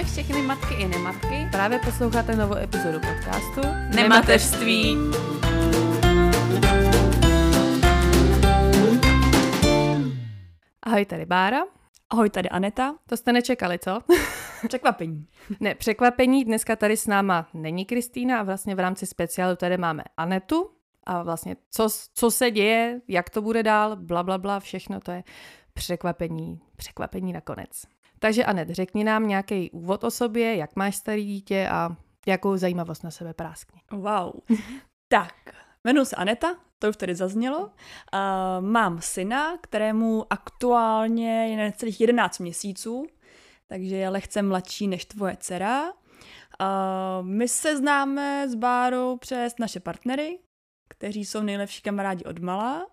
všechny matky i nematky. Právě posloucháte novou epizodu podcastu Nemateřství. Ahoj, tady Bára. Ahoj, tady Aneta. To jste nečekali, co? Překvapení. Ne, překvapení. Dneska tady s náma není Kristýna a vlastně v rámci speciálu tady máme Anetu. A vlastně co se děje, jak to bude dál, blablabla, všechno to je překvapení nakonec. Takže Anet, řekni nám nějaký úvod o sobě, jak máš starý dítě a jakou zajímavost na sebe práskni. Wow. Tak, jmenuji se Aneta, to už tady zaznělo. Mám syna, kterému aktuálně je necelých 11 měsíců, takže je lehce mladší než tvoje dcera. My se známe s Bárou přes naše partnery, kteří jsou nejlepší kamarádi od mala.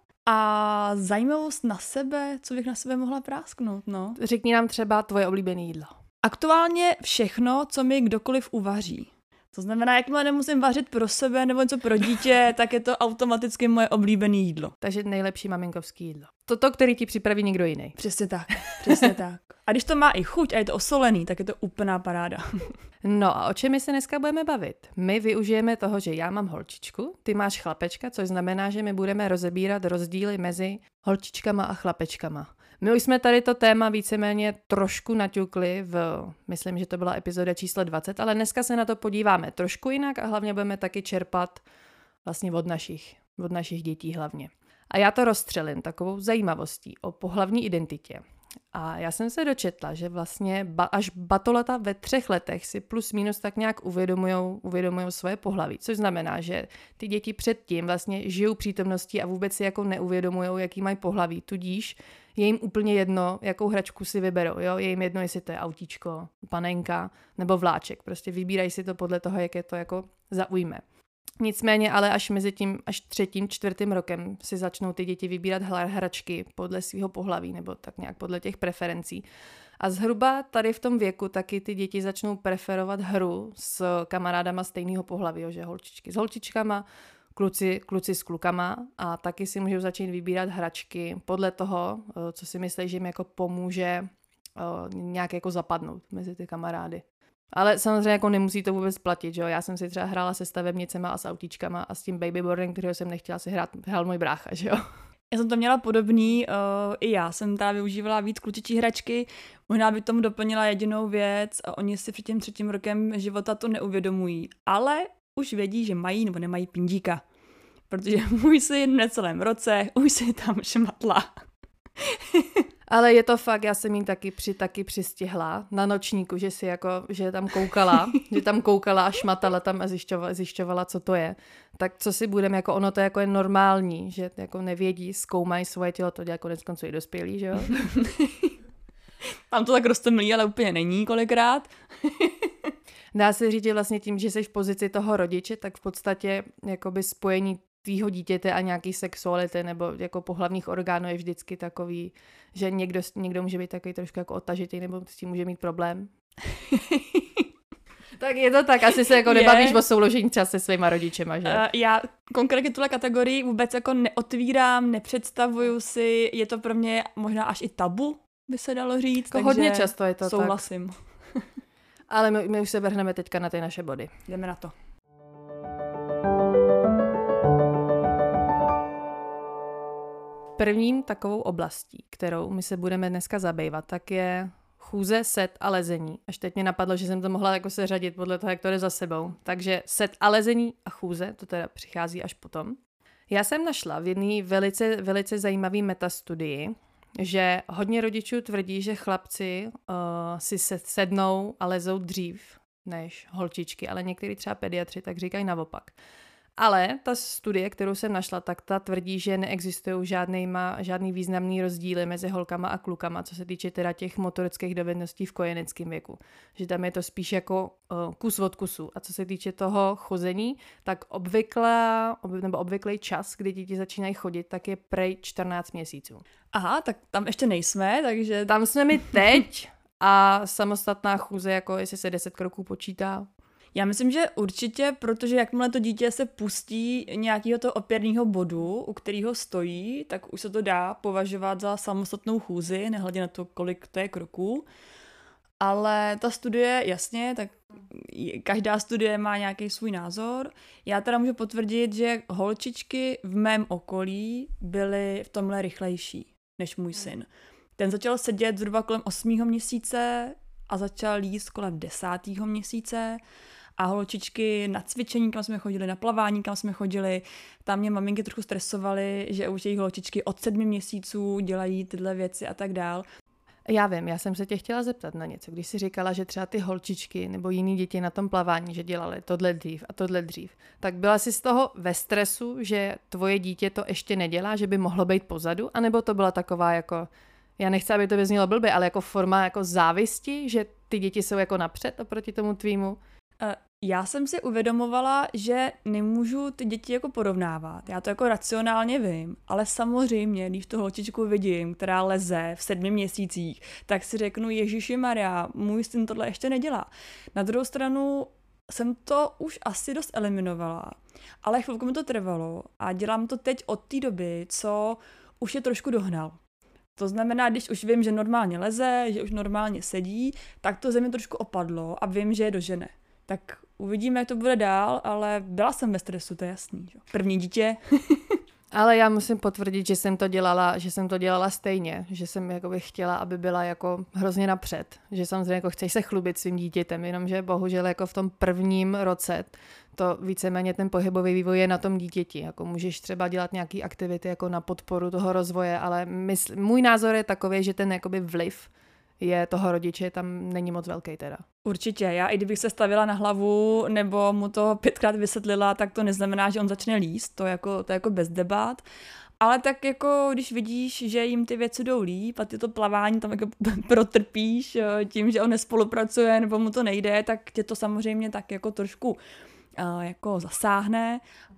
A zajímavost na sebe, co bych na sebe mohla prásknout, no. Řekni nám třeba tvoje oblíbené jídlo. Aktuálně všechno, co mi kdokoliv uvaří. To znamená, jakmile nemusím vařit pro sebe nebo něco pro dítě, tak je to automaticky moje oblíbené jídlo. Takže nejlepší maminkovský jídlo. To, který ti připraví někdo jiný. Přesně tak, přesně tak. A když to má i chuť a je to osolený, tak je to úplná paráda. No a o čem my se dneska budeme bavit? My využijeme toho, že já mám holčičku, ty máš chlapečka, což znamená, že my budeme rozebírat rozdíly mezi holčičkama a chlapečkama. My už jsme tady to téma víceméně trošku naťukli myslím, že to byla epizoda číslo 20, ale dneska se na to podíváme trošku jinak a hlavně budeme taky čerpat vlastně od našich dětí hlavně. A já to rozstřelím takovou zajímavostí o pohlavní identitě. A já jsem se dočetla, že vlastně až batolata ve 3 letech si plus minus tak nějak uvědomujou svoje pohlaví, což znamená, že ty děti předtím vlastně žijou přítomností a vůbec si jako neuvědomujou, jaký mají pohlaví, tudíž je jim úplně jedno, jakou hračku si vyberou, jo? Je jim jedno, jestli to je autíčko, panenka nebo vláček, prostě vybírají si to podle toho, jak je to jako zaujme. Nicméně ale až mezi tím 3., 4. rokem si začnou ty děti vybírat hračky podle svého pohlaví nebo tak nějak podle těch preferencí. A zhruba tady v tom věku taky ty děti začnou preferovat hru s kamarádama stejného pohlaví, že holčičky s holčičkama, kluci s klukama a taky si můžou začít vybírat hračky podle toho, co si myslí, že jim jako pomůže nějak jako zapadnout mezi ty kamarády. Ale samozřejmě jako nemusí to vůbec platit, že jo? Já jsem si třeba hrála se stavebnicema a s autíčkama a s tím babyboardem, kterého jsem nechtěla si hrál můj brácha, že jo? Já jsem to měla podobný, i já jsem teda využívala víc klučičí hračky, možná by tomu doplnila jedinou věc a oni si před tím 3. rokem života to neuvědomují, ale už vědí, že mají nebo nemají pindíka, protože můj syn v necelém roce už si tam šmatla. Ale je to fakt, já jsem jí taky přistihla na nočníku, že tam koukala a šmatala tam a zjišťovala, co to je. Tak co si budeme, jako ono to jako je normální, že jako nevědí, zkoumají svoje tělo, to dělá koneckonců i dospělí, že jo? Tam to tak roztomlí, ale úplně není kolikrát. Dá se říct, že vlastně tím, že jsi v pozici toho rodiče, tak v podstatě jakoby spojení tvýho dítěte a nějaký sexuality nebo jako pohlavních orgánů je vždycky takový, že někdo může být takový trošku jako odtažitý nebo s tím může mít problém. Tak je to tak, asi se jako nebavíš o souložení třeba se svýma rodičema, že? Já konkrétně tuhle kategorii vůbec jako neotvírám, nepředstavuju si, je to pro mě možná až i tabu, by se dalo říct. Jako hodně často je to souhlasím. Tak. Ale my už se vrhneme teďka na ty naše body. Jdeme na to. Prvním takovou oblastí, kterou my se budeme dneska zabývat, tak je chůze, set a lezení. Až teď mě napadlo, že jsem to mohla jako seřadit podle toho, jak to jde za sebou. Takže set a lezení a chůze, to teda přichází až potom. Já jsem našla v jedné velice, velice zajímavé metastudii, že hodně rodičů tvrdí, že chlapci si sednou a lezou dřív než holčičky, ale některý třeba pediatři tak říkají naopak. Ale ta studie, kterou jsem našla, tak ta tvrdí, že neexistují žádný významný rozdíly mezi holkama a klukama, co se týče teda těch motorických dovedností v kojeneckém věku. Že tam je to spíš jako kus od kusu. A co se týče toho chození, tak obvyklý čas, kdy děti začínají chodit, tak je prej 14 měsíců. Aha, tak tam ještě nejsme, takže... Tam jsme my teď a samostatná chůze, jako jestli se 10 kroků počítá. Já myslím, že určitě, protože jakmile to dítě se pustí nějakého toho opěrného bodu, u kterého stojí, tak už se to dá považovat za samostatnou chůzi, nehledě na to, kolik to je kroků. Ale ta studie, jasně, tak každá studie má nějaký svůj názor. Já teda můžu potvrdit, že holčičky v mém okolí byly v tomhle rychlejší než můj syn. Ten začal sedět zhruba kolem 8. měsíce a začal jíst kolem 10. měsíce. A holčičky na cvičení, kam jsme chodili, na plavání, kam jsme chodili, tam mě maminky trochu stresovaly, že už jejich holčičky od 7 měsíců dělají tyhle věci a tak dál. Já vím, já jsem se tě chtěla zeptat na něco. Když jsi říkala, že třeba ty holčičky nebo jiný děti na tom plavání, že dělali tohle dřív, tak byla jsi z toho ve stresu, že tvoje dítě to ještě nedělá, že by mohlo být pozadu, anebo to byla taková jako, já nechci, aby to vyznělo blbě, ale jako forma jako závisti, že ty děti jsou jako napřed oproti tomu tvýmu? Já jsem si uvědomovala, že nemůžu ty děti jako porovnávat. Já to jako racionálně vím, ale samozřejmě, když tu holčičku vidím, která leze v 7 měsících, tak si řeknu, Ježišimarja, můj syn tohle ještě nedělá. Na druhou stranu jsem to už asi dost eliminovala, ale chvilku mi to trvalo a dělám to teď od té doby, co už je trošku dohnal. To znamená, když už vím, že normálně leze, že už normálně sedí, tak to ze mě trošku opadlo a vím, že je dožene. Tak uvidíme, jak to bude dál, ale byla jsem ve stresu, to je jasný. Že? První dítě. Ale já musím potvrdit, že jsem to dělala stejně, že jsem jakoby chtěla, aby byla jako hrozně napřed, že samozřejmě jako chceš se chlubit svým dítětem, jenomže bohužel jako v tom prvním roce to víceméně ten pohybový vývoj je na tom dítěti, jako můžeš třeba dělat nějaký aktivity jako na podporu toho rozvoje, ale můj názor je takový, že ten jakoby vliv je toho rodiče tam není moc velký teda. Určitě, já i kdybych se stavila na hlavu nebo mu to 5krát vysvětlila, tak to neznamená, že on začne líst, to je jako bez debat. Ale tak jako, když vidíš, že jim ty věci jdou líp a ty to plavání tam jako protrpíš tím, že on nespolupracuje nebo mu to nejde, tak tě to samozřejmě tak jako trošku jako zasáhne,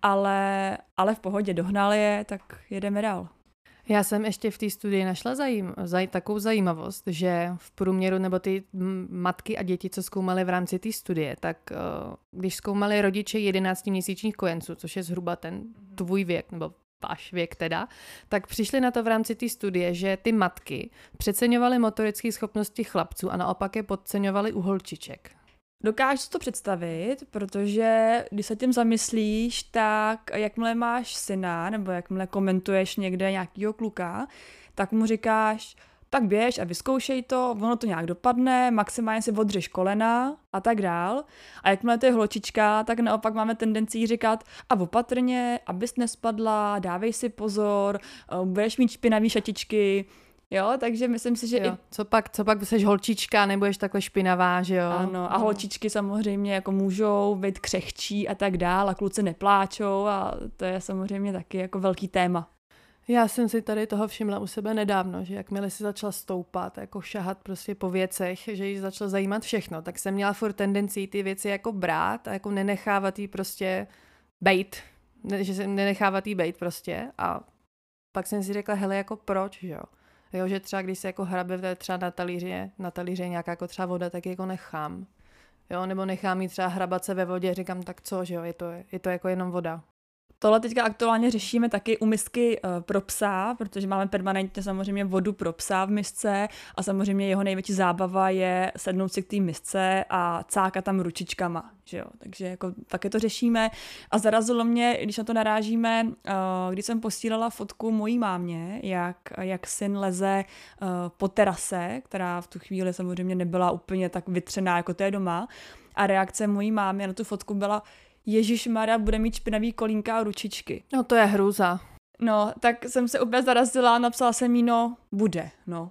ale v pohodě dohnal je, tak jedeme dál. Já jsem ještě v té studii našla takovou zajímavost, že v průměru, nebo ty matky a děti, co zkoumaly v rámci té studie, tak když zkoumali rodiče 11měsíčních kojenců, což je zhruba ten tvůj věk, nebo váš věk teda, tak přišli na to v rámci té studie, že ty matky přeceňovaly motorické schopnosti chlapců a naopak je podceňovaly u holčiček. Dokážu si to představit, protože když se tím zamyslíš, tak jakmile máš syna nebo jakmile komentuješ někde nějakýho kluka, tak mu říkáš, tak běž a vyzkoušej to, ono to nějak dopadne, maximálně si odřeš kolena a tak dál. A jakmile to je holčička, tak naopak máme tendenci jí říkat a opatrně, abys nespadla, dávej si pozor, budeš mít špinavý šatičky. Jo, takže myslím si, že jo. Co pak jsi holčička, nebudeš takhle špinavá, že jo? Ano, a holčičky samozřejmě jako můžou být křehčí a tak dál a kluci nepláčou a to je samozřejmě taky jako velký téma. Já jsem si tady toho všimla u sebe nedávno, že jakmile si začala stoupat, jako šahat prostě po věcech, že jí začalo zajímat všechno, tak jsem měla furt tendenci ty věci jako brát a jako nenechávat jí prostě bejt, že jsem nenechávat jí bejt prostě a pak jsem si řekla, hele, jako proč, že jo? Jo, že třeba když se jako hrabe třeba na talíře nějaká jako třeba voda, tak jako nechám. Jo, nebo nechám jí třeba hrabat se ve vodě, říkám tak co, že jo, je to jako jenom voda. Tohle teďka aktuálně řešíme taky u misky pro psa, protože máme permanentně samozřejmě vodu pro psa v misce a samozřejmě jeho největší zábava je sednout si k té misce a cákat tam ručičkama, že jo. Takže jako také to řešíme a zarazilo mě, když na to narážíme, když jsem posílala fotku mojí mámě, jak syn leze po terase, která v tu chvíli samozřejmě nebyla úplně tak vytřená, jako to je doma, a reakce mojí mámy na tu fotku byla: Ježišmarja, bude mít špinavý kolínka a ručičky. No to je hrůza. No, tak jsem se úplně zarazila a napsala jsem jí, no, bude, no.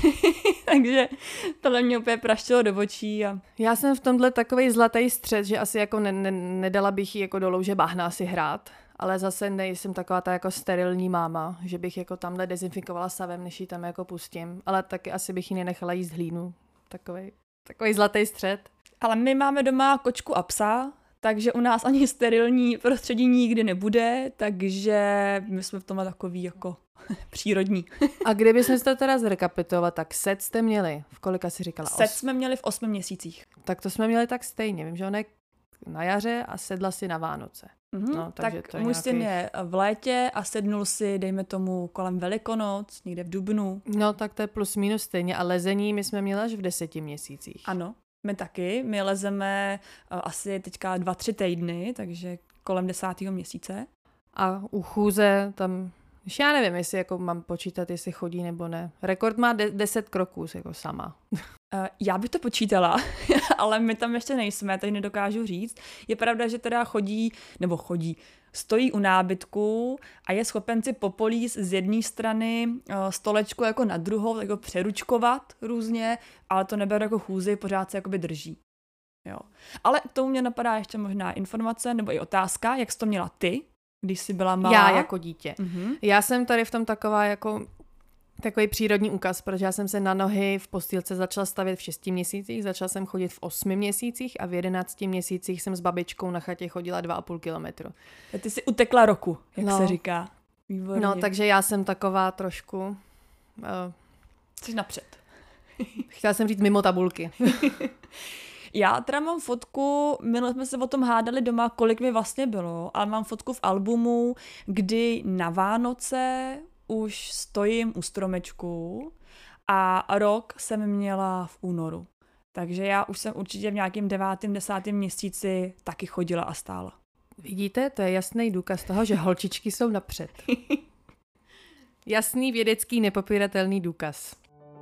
Takže tohle mě úplně praštilo do očí. A... Já jsem v tomhle takovej zlatý střed, že asi jako nedala bych jí jako do louže bahna si hrát, ale zase nejsem taková ta jako sterilní máma, že bych jako tamhle dezinfikovala savem, než ji tam jako pustím, ale taky asi bych jí nenechala jíst hlínu. Takovej zlatý střed. Ale my máme doma kočku a psa, takže u nás ani sterilní prostředí nikdy nebude, takže my jsme v tomhle takový jako přírodní. A kdybychom to teda zrekapitulovat, tak set jste měli, v kolika jsi říkala? Set jsme měli v 8 měsících. Tak to jsme měli tak stejně, vím, že on je na jaře a sedla si na Vánoce. No, takže tak to je můj syn nějakých... je v létě a sednul si, dejme tomu, kolem Velikonoc, někde v dubnu. No, tak to je plus minus stejně. A lezení my jsme měli až v 10 měsících. Ano, my taky. My lezeme asi teďka 2-3 týdny, takže kolem 10. měsíce. A u chůze tam, já nevím, jestli jako mám počítat, jestli chodí nebo ne. Rekord má 10 kroků jako sama. Já bych to počítala, ale my tam ještě nejsme, tady nedokážu říct. Je pravda, že teda chodí, stojí u nábytku a je schopen si popolíst z jedné strany stolečku jako na druhou, jako přeručkovat různě, ale to neberu jako chůzi, pořád se jakoby drží. Jo. Ale k tomu mě napadá ještě možná informace nebo i otázka, jak jsi to měla ty, když jsi byla malá? Já jako dítě. Já jsem tady v tom takový přírodní úkaz, protože já jsem se na nohy v postýlce začala stavět v 6 měsících, začala jsem chodit v 8 měsících a v 11 měsících jsem s babičkou na chatě chodila 2,5 kilometru. A ty jsi utekla roku, jak se říká. Výborně. No, takže já jsem taková trošku... Jsi napřed. Chtěla jsem říct mimo tabulky. Já teda mám fotku, minule jsme se o tom hádali doma, kolik mi vlastně bylo, ale mám fotku v albumu, kdy na Vánoce už stojím u stromečku a rok jsem měla v únoru. Takže já už jsem určitě v nějakém 9., 10. měsíci taky chodila a stála. Vidíte, to je jasný důkaz toho, že holčičky jsou napřed. Jasný vědecký nepopiratelný důkaz.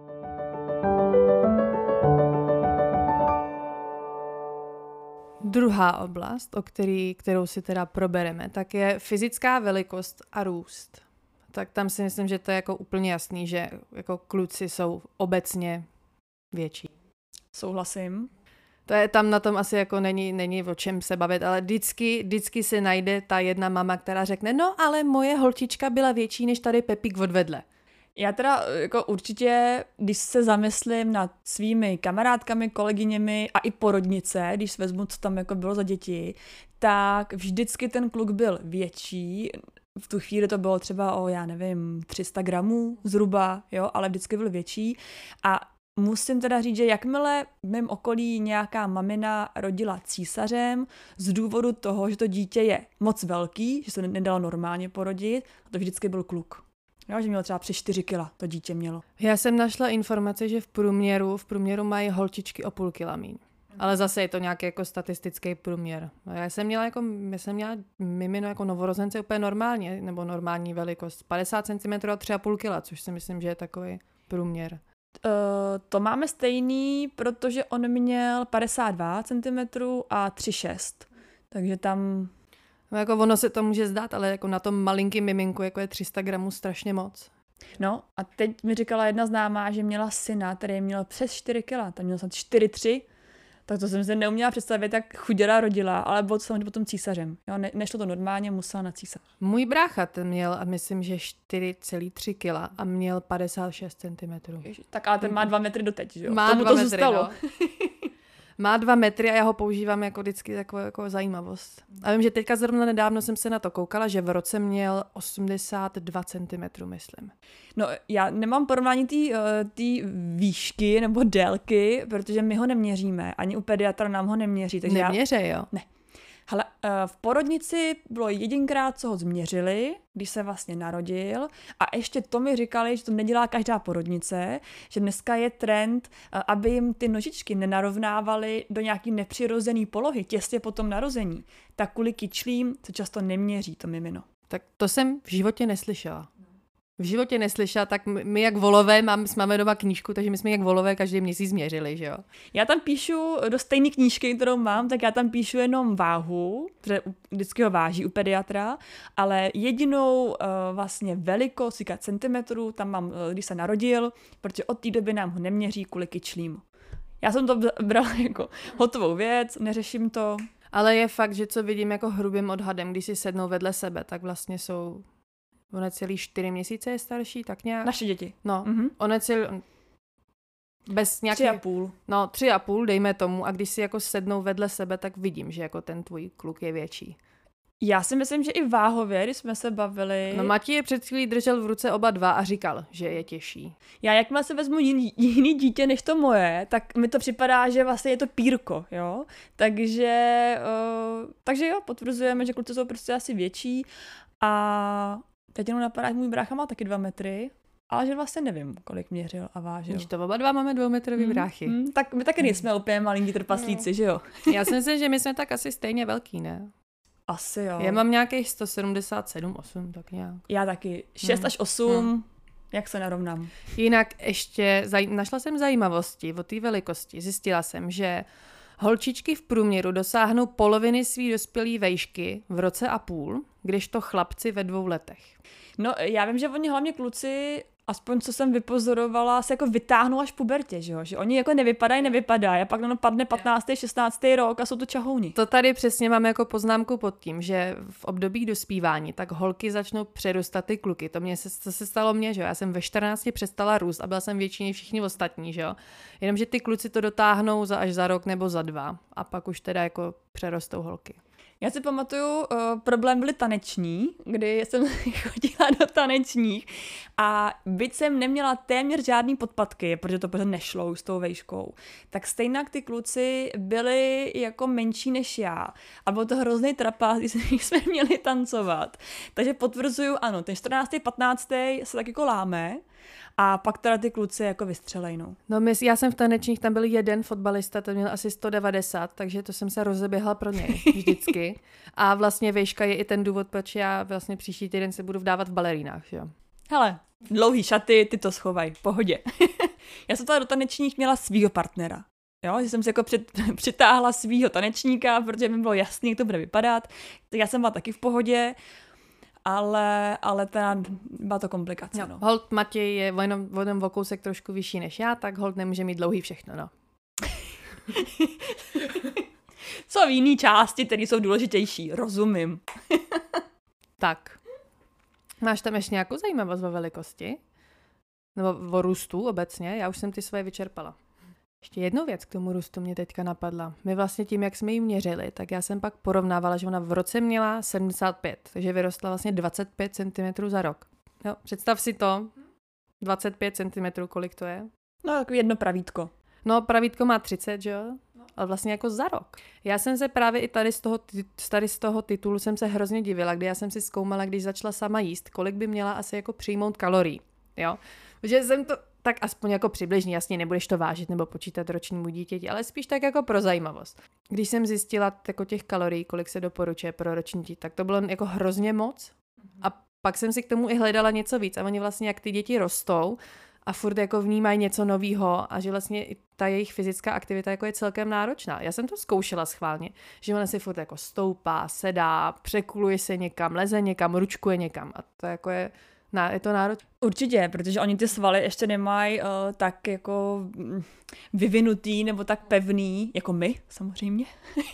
Druhá oblast, kterou si teda probereme, tak je fyzická velikost a růst. Tak tam si myslím, že to je jako úplně jasný, že jako kluci jsou obecně větší. Souhlasím. To je tam na tom asi jako není o čem se bavit, ale vždycky se najde ta jedna mama, která řekne, no ale moje holčička byla větší než tady Pepík odvedle. Já teda jako určitě, když se zamyslím nad svými kamarádkami, kolegyněmi a i porodnice, když si vezmu, co tam jako bylo za děti, tak vždycky ten kluk byl větší. V tu chvíli to bylo třeba o, 300 gramů zhruba, jo, ale vždycky byl větší. A musím teda říct, že jakmile v mém okolí nějaká mamina rodila císařem z důvodu toho, že to dítě je moc velký, že se nedalo normálně porodit, to vždycky byl kluk. Jo, že mělo třeba přes 4 kila, to dítě mělo. Já jsem našla informaci, že v průměru mají holčičky o 0,5 kila míň. Ale zase je to nějaký jako statistický průměr. Já jsem měla mimino jako novorozence úplně normálně, nebo normální velikost. 50 cm a 3,5 kila, což si myslím, že je takový průměr. To máme stejný, protože on měl 52 cm a 3,6. Takže tam... No jako ono se to může zdát, ale jako na tom malinkým miminku jako je 300 gramů strašně moc. No a teď mi říkala jedna známá, že měla syna, který měl přes 4 kila, tam měl snad 4,3, tak to jsem si neuměla představit, jak chuděla rodila, ale bylo to samozřejmě potom císařem. Jo, nešlo to normálně, musela na císař. Můj brácha ten měl, a myslím, že 4,3 kila a měl 56 cm. Tak ale ten má 2 metry doteď, že jo? Má tomu 2 to metry, zůstalo. No. Má 2 metry a já ho používám jako vždycky takovou jako zajímavost. A vím, že teďka zrovna nedávno jsem se na to koukala, že v roce měl 82 cm, myslím. No, já nemám porovnání té výšky nebo délky, protože my ho neměříme. Ani u pediatra nám ho neměří. Takže Neměře, jo? Ne. Hele, v porodnici bylo jedinkrát, co ho změřili, když se vlastně narodil, a ještě to mi říkali, že to nedělá každá porodnice, že dneska je trend, aby jim ty nožičky nenarovnávaly do nějaký nepřirozený polohy těsně po tom narození. Tak kvůli kyčlím se často neměří to mimino. Tak to jsem v životě neslyšela. Tak my jak volové, máme doma knížku, takže my jsme jak volové každý měsíc měřili, že jo? Já tam píšu do stejné knížky, kterou mám, tak já tam píšu jenom váhu, protože vždycky ho váží u pediatra, ale jedinou vlastně velikost, centimetrů, tam mám, když se narodil, protože od té doby nám ho neměří kvůli kyčlím. Já jsem to brala jako hotovou věc, neřeším to. Ale je fakt, že co vidím jako hrubým odhadem, když si sednou vedle sebe, tak vlastně jsou... On je celý 4 měsíce je starší, tak nějak. Naše děti. No, on je celý... Bez nějakých... 3,5. No, 3,5, dejme tomu, a když si jako sednou vedle sebe, tak vidím, že jako ten tvůj kluk je větší. Já si myslím, že i váhově, když jsme se bavili... No Matěj je před chvílí držel v ruce oba dva a říkal, že je těžší. Já jakmile se vezmu jiný dítě než to moje, tak mi to připadá, že vlastně je to pírko, jo. Takže jo, potvrzujeme, že kluci jsou prostě asi větší a teď jenom napadá, že můj brácha má taky 2 metry, ale že vlastně nevím, kolik měřil a vážil. Když to oba dva máme 2metrový bráchy. Tak my taky nejsme úplně malinký trpaslíci, že jo? Já si myslím, že my jsme tak asi stejně velký, ne? Asi jo. Já mám nějakých 177, 8, tak nějak. Já taky. 6 až 8, jak se narovnám. Jinak ještě našla jsem zajímavosti o té velikosti. Zjistila jsem, že holčičky v průměru dosáhnou poloviny svý dospělé vejšky v roce a půl, kdežto chlapci ve 2 letech. No, já vím, že oni hlavně kluci, aspoň co jsem vypozorovala, se jako vytáhnou až v pubertě, že jo? Že oni jako nevypadají a pak padne 15., 16. rok a jsou to čahouni. To tady přesně mám jako poznámku pod tím, že v období dospívání tak holky začnou přerůstat ty kluky. To se stalo mně, že jo? Já jsem ve 14 přestala růst a byla jsem větší než všichni ostatní, že jo? Jenomže ty kluci to dotáhnou až za rok nebo za 2 a pak už teda jako přerostou holky. Já si pamatuju, problém byly taneční, kdy jsem chodila do tanečních a byť jsem neměla téměř žádný podpatky, protože to prostě nešlo s tou vejškou, tak stejně ty kluci byli jako menší než já. A bylo to hrozný trapas, když jsme měli tancovat. Takže potvrzuju, ano, ten 14., 15. se tak jako láme, a pak teda ty kluci jako vystřelejnou. No já jsem v tanečních, tam byl jeden fotbalista, ten měl asi 190, takže to jsem se rozeběhla pro něj vždycky. A vlastně vejška je i ten důvod, proč já vlastně příští týden se budu vdávat v balerínách, že jo. Hele, dlouhý šaty, ty to schovaj, v pohodě. Já jsem teda do tanečních měla svýho partnera. Jo, že jsem si jako přitáhla svýho tanečníka, protože mi bylo jasný, jak to bude vypadat. Tak já jsem byla taky v pohodě. Ale teda byla to komplikace. No. Holt Matěj je jenom o kousek trošku vyšší než já, tak holt nemůže mít dlouhý všechno, no. Jsou jiný části, které jsou důležitější, rozumím. Tak. Máš tam ještě nějakou zajímavost o velikosti? Nebo o růstu obecně? Já už jsem ty svoje vyčerpala. Ještě jednu věc k tomu růstu mě teďka napadla. My vlastně tím, jak jsme ji měřili, tak já jsem pak porovnávala, že ona v roce měla 75, takže vyrostla vlastně 25 cm za rok. Jo, představ si to, 25 cm, kolik to je? No, takový jedno pravítko. No, pravítko má 30, že jo? Ale vlastně jako za rok. Já jsem se právě i tady z toho titulu jsem se hrozně divila, kdy já jsem si zkoumala, když začala sama jíst, kolik by měla asi jako přijmout kalorií, jo? Protože jsem to tak aspoň jako přibližně, jasně nebudeš to vážit nebo počítat ročnímu dítěti, ale spíš tak jako pro zajímavost. Když jsem zjistila jako těch kalorií, kolik se doporučuje pro roční dítě, tak to bylo jako hrozně moc. A pak jsem si k tomu i hledala něco víc. A oni vlastně, jak ty děti rostou a furt jako vnímají něco novýho a že vlastně i ta jejich fyzická aktivita jako je celkem náročná. Já jsem to zkoušela schválně, že ona si furt jako stoupá, sedá, překuluje se někam, leze někam, ručkuje někam a to jako je to náročné. Určitě, protože oni ty svaly ještě nemají tak jako vyvinutý nebo tak pevný, jako my samozřejmě.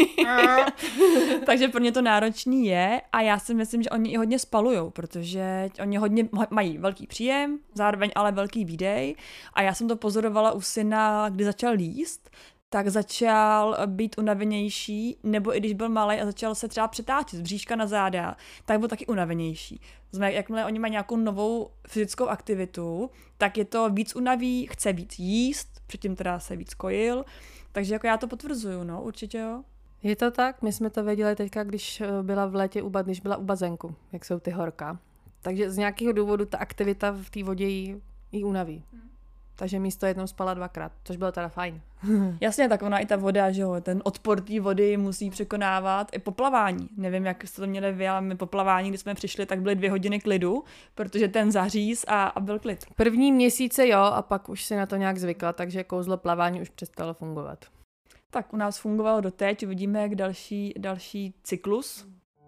Takže pro ně to náročný je a já si myslím, že oni i hodně spalujou, protože oni hodně mají velký příjem, zároveň ale velký výdej a já jsem to pozorovala u syna, kdy začal jíst, tak začal být unavenější, nebo i když byl malej a začal se třeba přetáčet z bříška na záda, tak byl taky unavenější. Znamená, jakmile oni mají nějakou novou fyzickou aktivitu, tak je to víc unaví, chce víc jíst, předtím teda se víc kojil, takže jako já to potvrzuju, no, určitě jo. Je to tak, my jsme to věděli teďka, když byla v létě, když byla u bazénku, jak jsou ty horka. Takže z nějakého důvodu ta aktivita v té vodě jí unaví. Takže místo jednou spala 2krát, což bylo teda fajn. Jasně, tak ona i ta voda, že jo, ten odpor té vody musí překonávat i poplavání. Nevím, jak jste to měli vy, ale my poplavání, když jsme přišli, tak byly 2 hodiny klidu, protože ten zaříz a byl klid. První měsíce jo, a pak už si na to nějak zvykla, takže kouzlo plavání už přestalo fungovat. Tak u nás fungovalo doteď, uvidíme, jak další cyklus.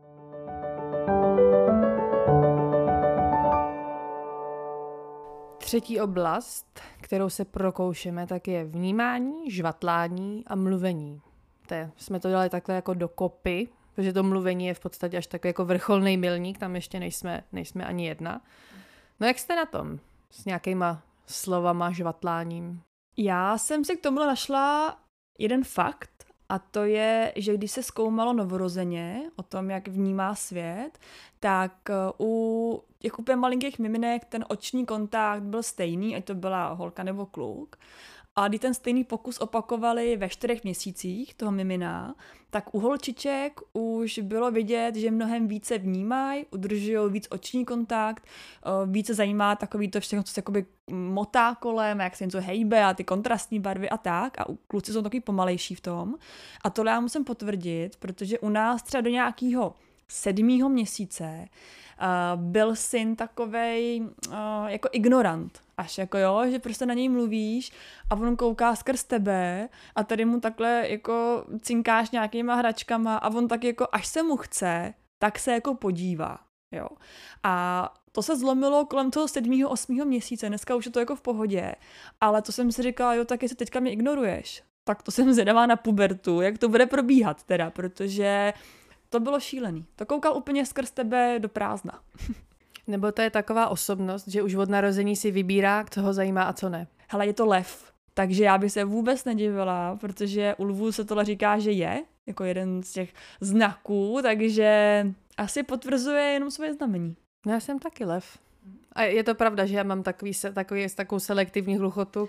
Třetí oblast, kterou se prokoušeme, tak je vnímání, žvatlání a mluvení. Jsme to dělali takhle jako dokopy, protože to mluvení je v podstatě až takový jako vrcholný milník, tam ještě nejsme ani jedna. No jak jste na tom s nějakýma slovama, žvatláním? Já jsem si k tomu našla jeden fakt a to je, že když se zkoumalo novorozeně o tom, jak vnímá svět, tak u těch úplně malinkých miminek ten oční kontakt byl stejný, ať to byla holka nebo kluk. A když ten stejný pokus opakovali ve 4 měsících toho mimina, tak u holčiček už bylo vidět, že mnohem více vnímají, udržují víc oční kontakt, více zajímá takový to všechno, co se jakoby motá kolem, jak se něco hejbe a ty kontrastní barvy a tak. A kluci jsou takový pomalejší v tom. A tohle já musím potvrdit, protože u nás třeba do nějakého 7. měsíce byl syn takovej jako ignorant. Až jako jo, že prostě na něj mluvíš a on kouká skrz tebe a tady mu takhle jako cinkáš nějakýma hračkama a on tak jako až se mu chce, tak se jako podívá. Jo. A to se zlomilo kolem toho 7. 8. měsíce, dneska už je to jako v pohodě, ale to jsem si říkala, jo, tak jestli teďka mě ignoruješ, tak to jsem zvědavá na pubertu, jak to bude probíhat teda, protože to bylo šílený. To koukal úplně skrz tebe do prázdna. Nebo to je taková osobnost, že už od narození si vybírá, co ho zajímá a co ne. Hele, je to lev, takže já bych se vůbec nedivila, protože u lvů se tohle říká, že je, jako jeden z těch znaků, takže asi potvrzuje jenom svoje znamení. No já jsem taky lev. A je to pravda, že já mám takovou selektivní hluchotu.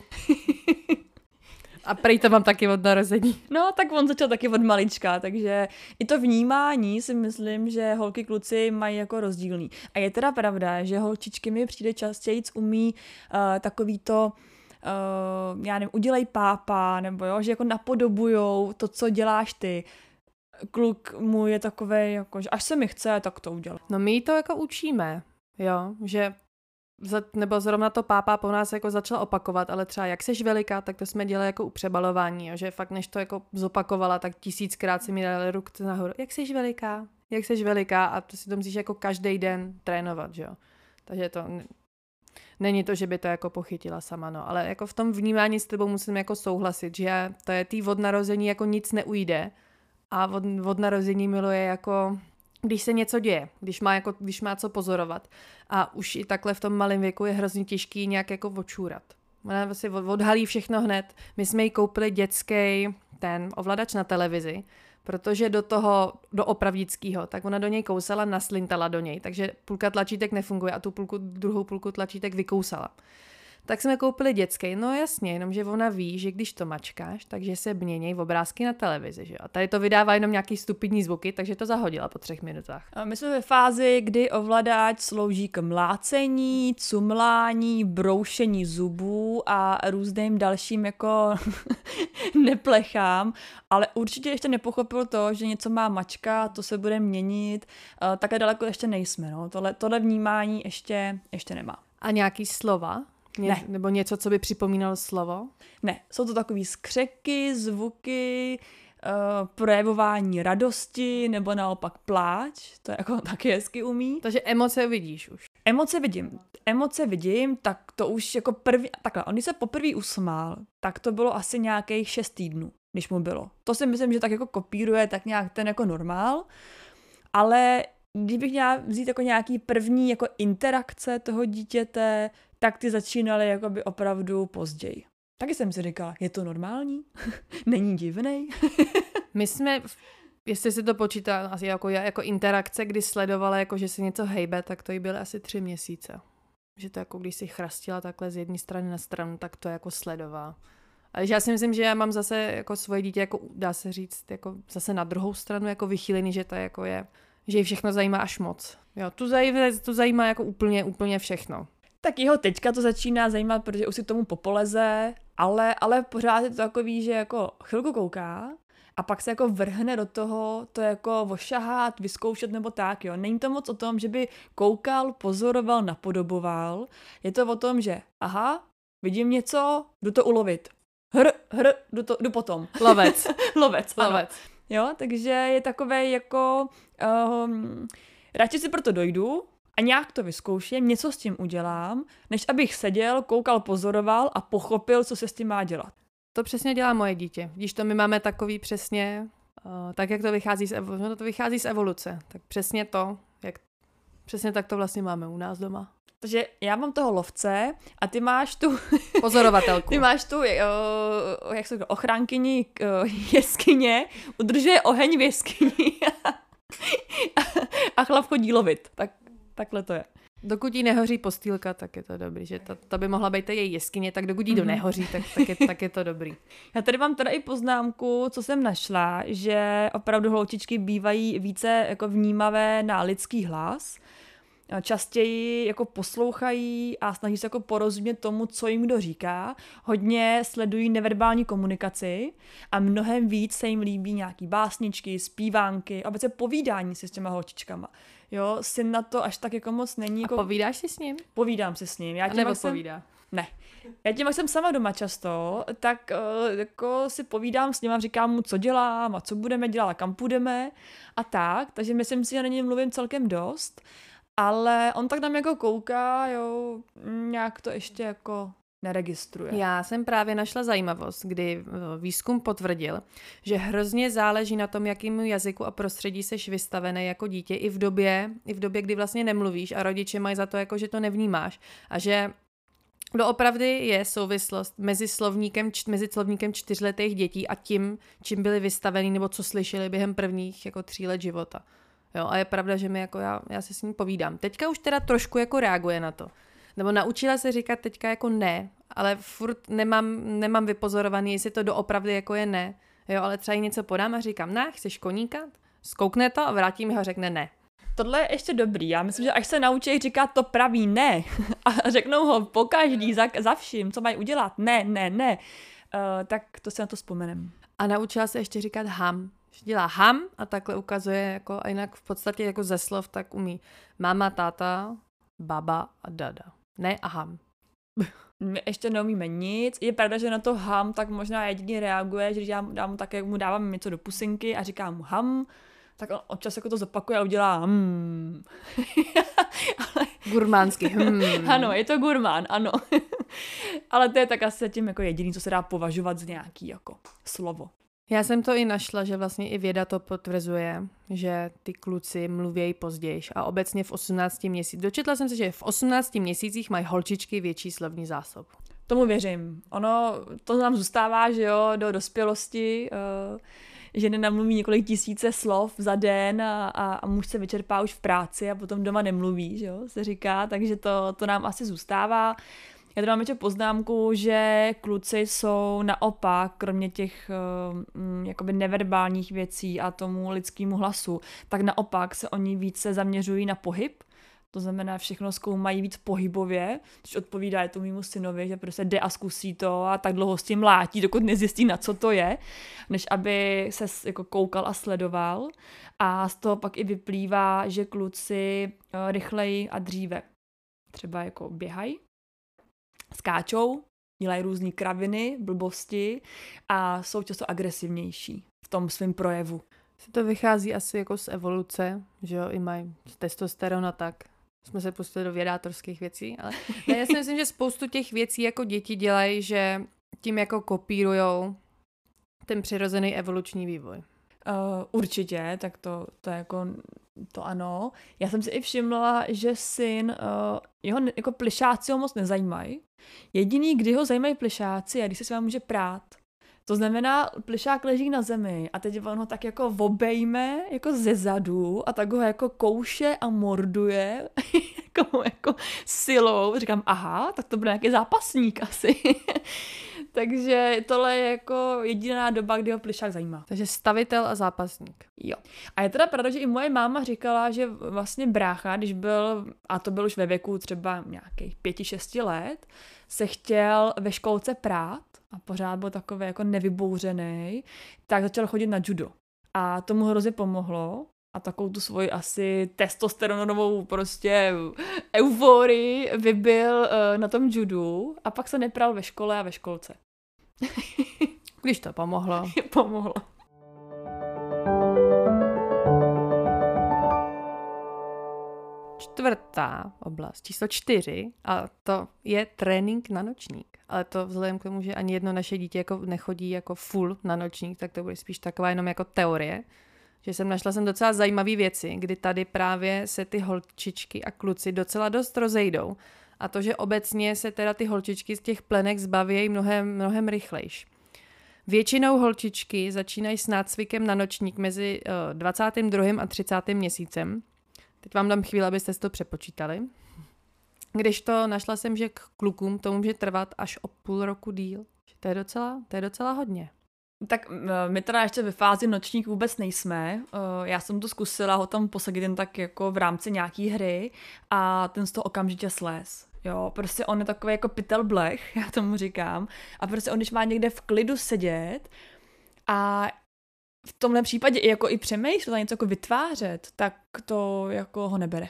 A prej to mám taky od narození. No, tak on začal taky od malička, takže i to vnímání si myslím, že holky kluci mají jako rozdílný. A je teda pravda, že holčičky mi přijde častěji umí takový to, já nevím, udělej pápa, nebo jo, že jako napodobujou to, co děláš ty. Kluk mu je takovej, jako, že až se mi chce, tak to udělá. No my to jako učíme, jo, že nebo zrovna to pápa po nás jako začala opakovat, ale třeba jak seš veliká, tak to jsme dělali jako u přebalování, jo, že fakt než to jako zopakovala, tak 1000krát si mi dali ruku nahoru. Jak seš veliká a to si to musíš jako každý den trénovat, že jo. Takže to není to, že by to jako pochytila sama, no, ale jako v tom vnímání s tebou musím jako souhlasit, že to je od narození jako nic neujde a od narození miluje jako když se něco děje, když má co pozorovat. A už i takhle v tom malém věku je hrozně těžký nějak jako odčůrat. Ona vlastně odhalí všechno hned. My jsme jí koupili dětský ten ovladač na televizi, protože do opravdického, tak ona do něj kousala, naslintala do něj, takže půlka tlačítek nefunguje a tu druhou půlku tlačítek vykousala. Tak jsme koupili dětský, no jasně, jenomže ona ví, že když to mačkáš, takže se měněj obrázky na televizi, že? A tady to vydává jenom nějaký stupidní zvuky, takže to zahodila po 3 minutách. A my jsme ve fázi, kdy ovladač slouží k mlácení, cumlání, broušení zubů a různým dalším jako neplechám, ale určitě ještě nepochopil to, že něco má mačka, to se bude měnit, takhle daleko ještě nejsme, no. Tohle vnímání ještě nemá. A nějaký slova? Ne. Nebo něco, co by připomínalo slovo? Ne, jsou to takový skřeky, zvuky, projevování radosti nebo naopak pláč, to jako taky hezky umí. Takže emoce vidíš už. Emoce vidím, tak to už jako takhle, on když se poprvé usmál, tak to bylo asi nějakých 6 týdnů, když mu bylo. To si myslím, že tak jako kopíruje tak nějak ten jako normál, ale kdybych měla vzít jako nějaký první jako interakce toho dítěte, tak ty začínaly jakoby opravdu později. Taky jsem si říkala, je to normální? Není divnej? My jsme, jestli si to počítá asi jako interakce, kdy sledovala, jako že se něco hejbe, tak to jí byly asi 3 měsíce. Že to jako když si chrastila takhle z jedné strany na stranu, tak to jako sledovala. Ale já si myslím, že já mám zase jako svoje dítě, jako dá se říct, jako zase na druhou stranu jako vychýlený, že to jako je, že ji všechno zajímá až moc. Jo, tu zajímá jako úplně všechno. Tak jeho teďka to začíná zajímat, protože už si k tomu popoleze, ale pořád je to takový, že jako chvilku kouká a pak se jako vrhne do toho, to jako ošahat, vyzkoušet nebo tak, jo. Není to moc o tom, že by koukal, pozoroval, napodoboval. Je to o tom, že aha, vidím něco, jdu to ulovit. Jdu potom. Lovec. Lovec. Jo, takže je takové jako radši si proto dojdu a nějak to vyzkouším, něco s tím udělám, než abych seděl, koukal, pozoroval a pochopil, co se s tím má dělat. To přesně dělá moje dítě. Když to my máme takový přesně, tak jak to vychází z evoluce, tak přesně tak to vlastně máme u nás doma. Takže já mám toho lovce a ty máš tu Pozorovatelku. Ty máš tu, jak se říká, ochránkyni jeskyně, udržuje oheň v jeskyni a chlap chodí lovit. Takhle to je. Dokud jí nehoří postýlka, tak je to dobrý, že to by mohla být její jeskyně, tak dokud jí to nehoří, tak je to dobrý. Já tady mám teda i poznámku, co jsem našla, že opravdu holčičky bývají více jako vnímavé na lidský hlas, častěji jako poslouchají a snaží se jako porozumět tomu, co jim kdo říká. Hodně sledují neverbální komunikaci a mnohem víc se jim líbí nějaký básničky, zpívánky, obecně povídání si s těma holčičkama. Jo, syn na to až tak jako moc není. Jako... A povídáš si s ním? Povídám si s ním. A nebo povídá? Ne. Já tím, jak jsem sama doma často, tak jako si povídám s ním a říkám mu, co dělám a co budeme dělat a kam půjdeme a tak. Takže myslím si, že na něj mluvím celkem dost. Ale on tak nám jako kouká, jo, nějak to ještě jako neregistruje. Já jsem právě našla zajímavost, kdy výzkum potvrdil, že hrozně záleží na tom, jakýmu jazyku a prostředí seš vystavený jako dítě i v době, kdy vlastně nemluvíš a rodiče mají za to, jako, že to nevnímáš a že doopravdy je souvislost mezi slovníkem 4letých dětí a tím, čím byli vystavení nebo co slyšeli během prvních jako 3 let života. Jo, a je pravda, že já se s ním povídám. Teďka už teda trošku jako reaguje na to. Nebo naučila se říkat teďka jako ne, ale furt nemám vypozorovaný, jestli to doopravdy jako je ne. Jo, ale třeba jí něco podám a říkám, chceš koníka? Zkoukne to a vrátí mi ho a řekne ne. Tohle je ještě dobrý. Já myslím, že až se naučí říkat to pravý ne a řeknou ho pokaždý za vším, co mají udělat, ne, tak to si na to vzpomenem. A naučila se ještě říkat ham. Dělá ham a takhle ukazuje, jako, a jinak v podstatě jako ze slov tak umí máma, táta, baba a dada. Ne a ham. My ještě neumíme nic. Je pravda, že na to ham tak možná jedině reaguje, že když mu dávám něco do pusinky a říkám mu ham, tak on občas jako to zopakuje a udělá Ale... Gurmánsky. Ano, je to gurmán, ano. Ale to je tak asi tím jako jediný, co se dá považovat za nějaký jako slovo. Já jsem to i našla, že vlastně i věda to potvrzuje, že ty kluci mluvějí později a obecně v 18 měsících. Dočetla jsem se, že v 18 měsících mají holčičky větší slovní zásob. Tomu věřím. Ono, to nám zůstává, že jo, do dospělosti, ženy namluví několik tisíce slov za den a muž se vyčerpá už v práci a potom doma nemluví, že jo, se říká, takže to nám asi zůstává. Já tady mám ještě poznámku, že kluci jsou naopak, kromě těch jakoby neverbálních věcí a tomu lidskému hlasu, tak naopak se oni více zaměřují na pohyb. To znamená, všechno zkoumají víc pohybově, což odpovídá tomu mému synovi, že prostě jde a zkusí to a tak dlouho s tím mlátí, dokud nezjistí, na co to je, než aby se jako koukal a sledoval. A z toho pak i vyplývá, že kluci rychleji a dříve třeba jako běhají, skáčou, dělají různý kraviny, blbosti a jsou často agresivnější v tom svém projevu. To vychází asi jako z evoluce, že jo, i mají testosteron a tak. Jsme se pustili do vědátorských věcí, ale já si myslím, že spoustu těch věcí jako děti dělají, že tím jako kopírujou ten přirozený evoluční vývoj. Určitě, tak to jako to ano. Já jsem si i všimla, že syn, jeho jako plišáci ho moc nezajímají. Jediný, kdy ho zajímají plišáci, je, když se s vámi může prát. To znamená, plišák leží na zemi a teď on ho tak jako obejme jako ze zadu a tak ho jako kouše a morduje jako silou. Říkám, aha, tak to bude nějaký zápasník asi. Takže tohle je jako jediná doba, kdy ho plišák zajímá. Takže stavitel a zápasník. Jo. A je teda pravda, že i moje máma říkala, že vlastně brácha, když byl, a to byl už ve věku třeba nějakých 5-6 let, se chtěl ve školce prát a pořád byl takový jako nevybouřený, tak začal chodit na judo. A tomu hrozně pomohlo. A takovou tu svoji asi testosteronovou prostě euforii vybil na tom judu a pak se nepral ve škole a ve školce. Když to pomohlo. Pomohlo. Čtvrtá oblast, číslo 4, a to je trénink na nočník. Ale to vzhledem k tomu, že ani jedno naše dítě jako nechodí jako full na nočník, tak to bude spíš taková jenom jako teorie. Že našla jsem docela zajímavé věci, kdy tady právě se ty holčičky a kluci docela dost rozejdou. A to, že obecně se teda ty holčičky z těch plenek zbavějí mnohem rychlejš. Většinou holčičky začínají s nácvikem na nočník mezi 22. a 30. měsícem. Teď vám dám chvíli, abyste si to přepočítali. Kdežto našla jsem, že k klukům to může trvat až o půl roku díl. To je docela hodně. Tak my teda ještě ve fázi nočník vůbec nejsme. Já jsem to zkusila ho tam posadit jen tak jako v rámci nějaký hry a ten z toho okamžitě slez. Jo, prostě on je takový jako pytel blech, já tomu říkám. A prostě on, když má někde v klidu sedět a v tomhle případě i přemýšlet a něco jako vytvářet, tak to jako ho nebere.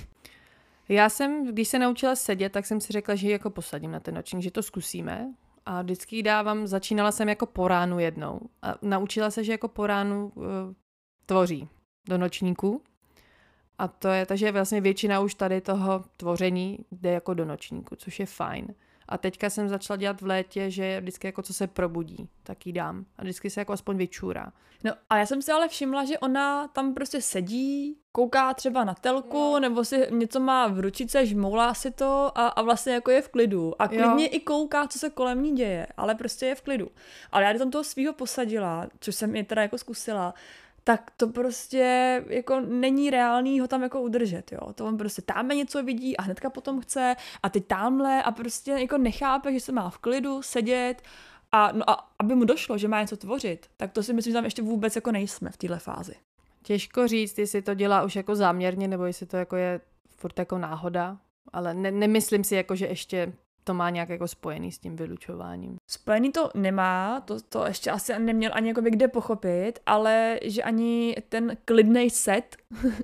Já jsem, když se naučila sedět, tak jsem si řekla, že ji jako posadím na ten nočník, že to zkusíme. A vždycky ji začínala jsem jako po ránu jednou. A naučila se, že jako po ránu tvoří do nočníku. A to je, takže vlastně většina už tady toho tvoření jde jako do nočníku, což je fajn. A teďka jsem začala dělat v létě, že vždycky jako co se probudí, tak jí dám. A vždycky se jako aspoň vyčůrá. No a já jsem si ale všimla, že ona tam prostě sedí, kouká třeba na telku, nebo si něco má v ručice, žmoulá si to a vlastně jako je v klidu. A klidně i kouká, co se kolem ní děje, ale prostě je v klidu. Ale já když tam toho svýho posadila, což jsem i teda jako zkusila, tak to prostě jako není reálný ho tam jako udržet, jo. To on prostě tamhle něco vidí a hnedka potom chce a teď tamhle a prostě jako nechápe, že se má v klidu sedět a aby mu došlo, že má něco tvořit, tak to si myslím, že tam ještě vůbec jako nejsme v téhle fázi. Těžko říct, jestli to dělá už jako záměrně, nebo jestli to jako je furt jako náhoda, ale nemyslím si jako, že ještě to má nějak jako spojený s tím vylučováním. Spojený to nemá, to ještě asi neměl ani jako kde pochopit, ale že ani ten klidnej set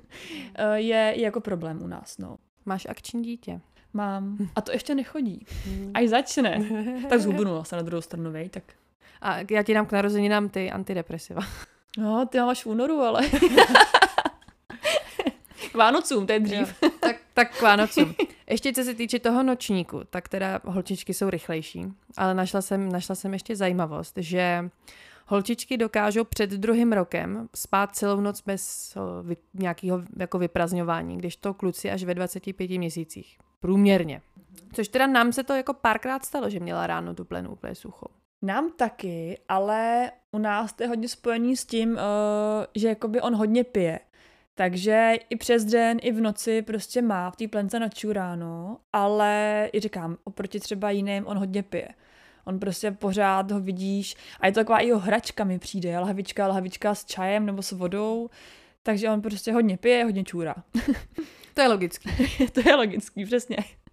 je jako problém u nás, no. Máš akční dítě? Mám. A to ještě nechodí. Až začne. Tak zhubnu se na druhou stranu, vej, tak. A já ti dám k narozeninám ty antidepresiva. No, ty máš v únoru, ale... K Vánocům, to je dřív. Tak k Vánocům. Ještě co se týče toho nočníku, tak teda holčičky jsou rychlejší, ale našla jsem ještě zajímavost, že holčičky dokážou před 2. rokem spát celou noc bez nějakého jako vyprazňování, když to kluci až ve 25 měsících. Průměrně. Což teda nám se to jako párkrát stalo, že měla ráno tu plenu úplně suchou. Nám taky, ale u nás to je hodně spojený s tím, že jakoby on hodně pije. Takže i přes den, i v noci prostě má v té plence načuráno, ale i říkám, oproti třeba jiným on hodně pije. On prostě pořád ho vidíš a je to taková jeho hračka mi přijde, lahvička s čajem nebo s vodou, takže on prostě hodně pije, hodně čůrá. To je logický. To je logický, přesně.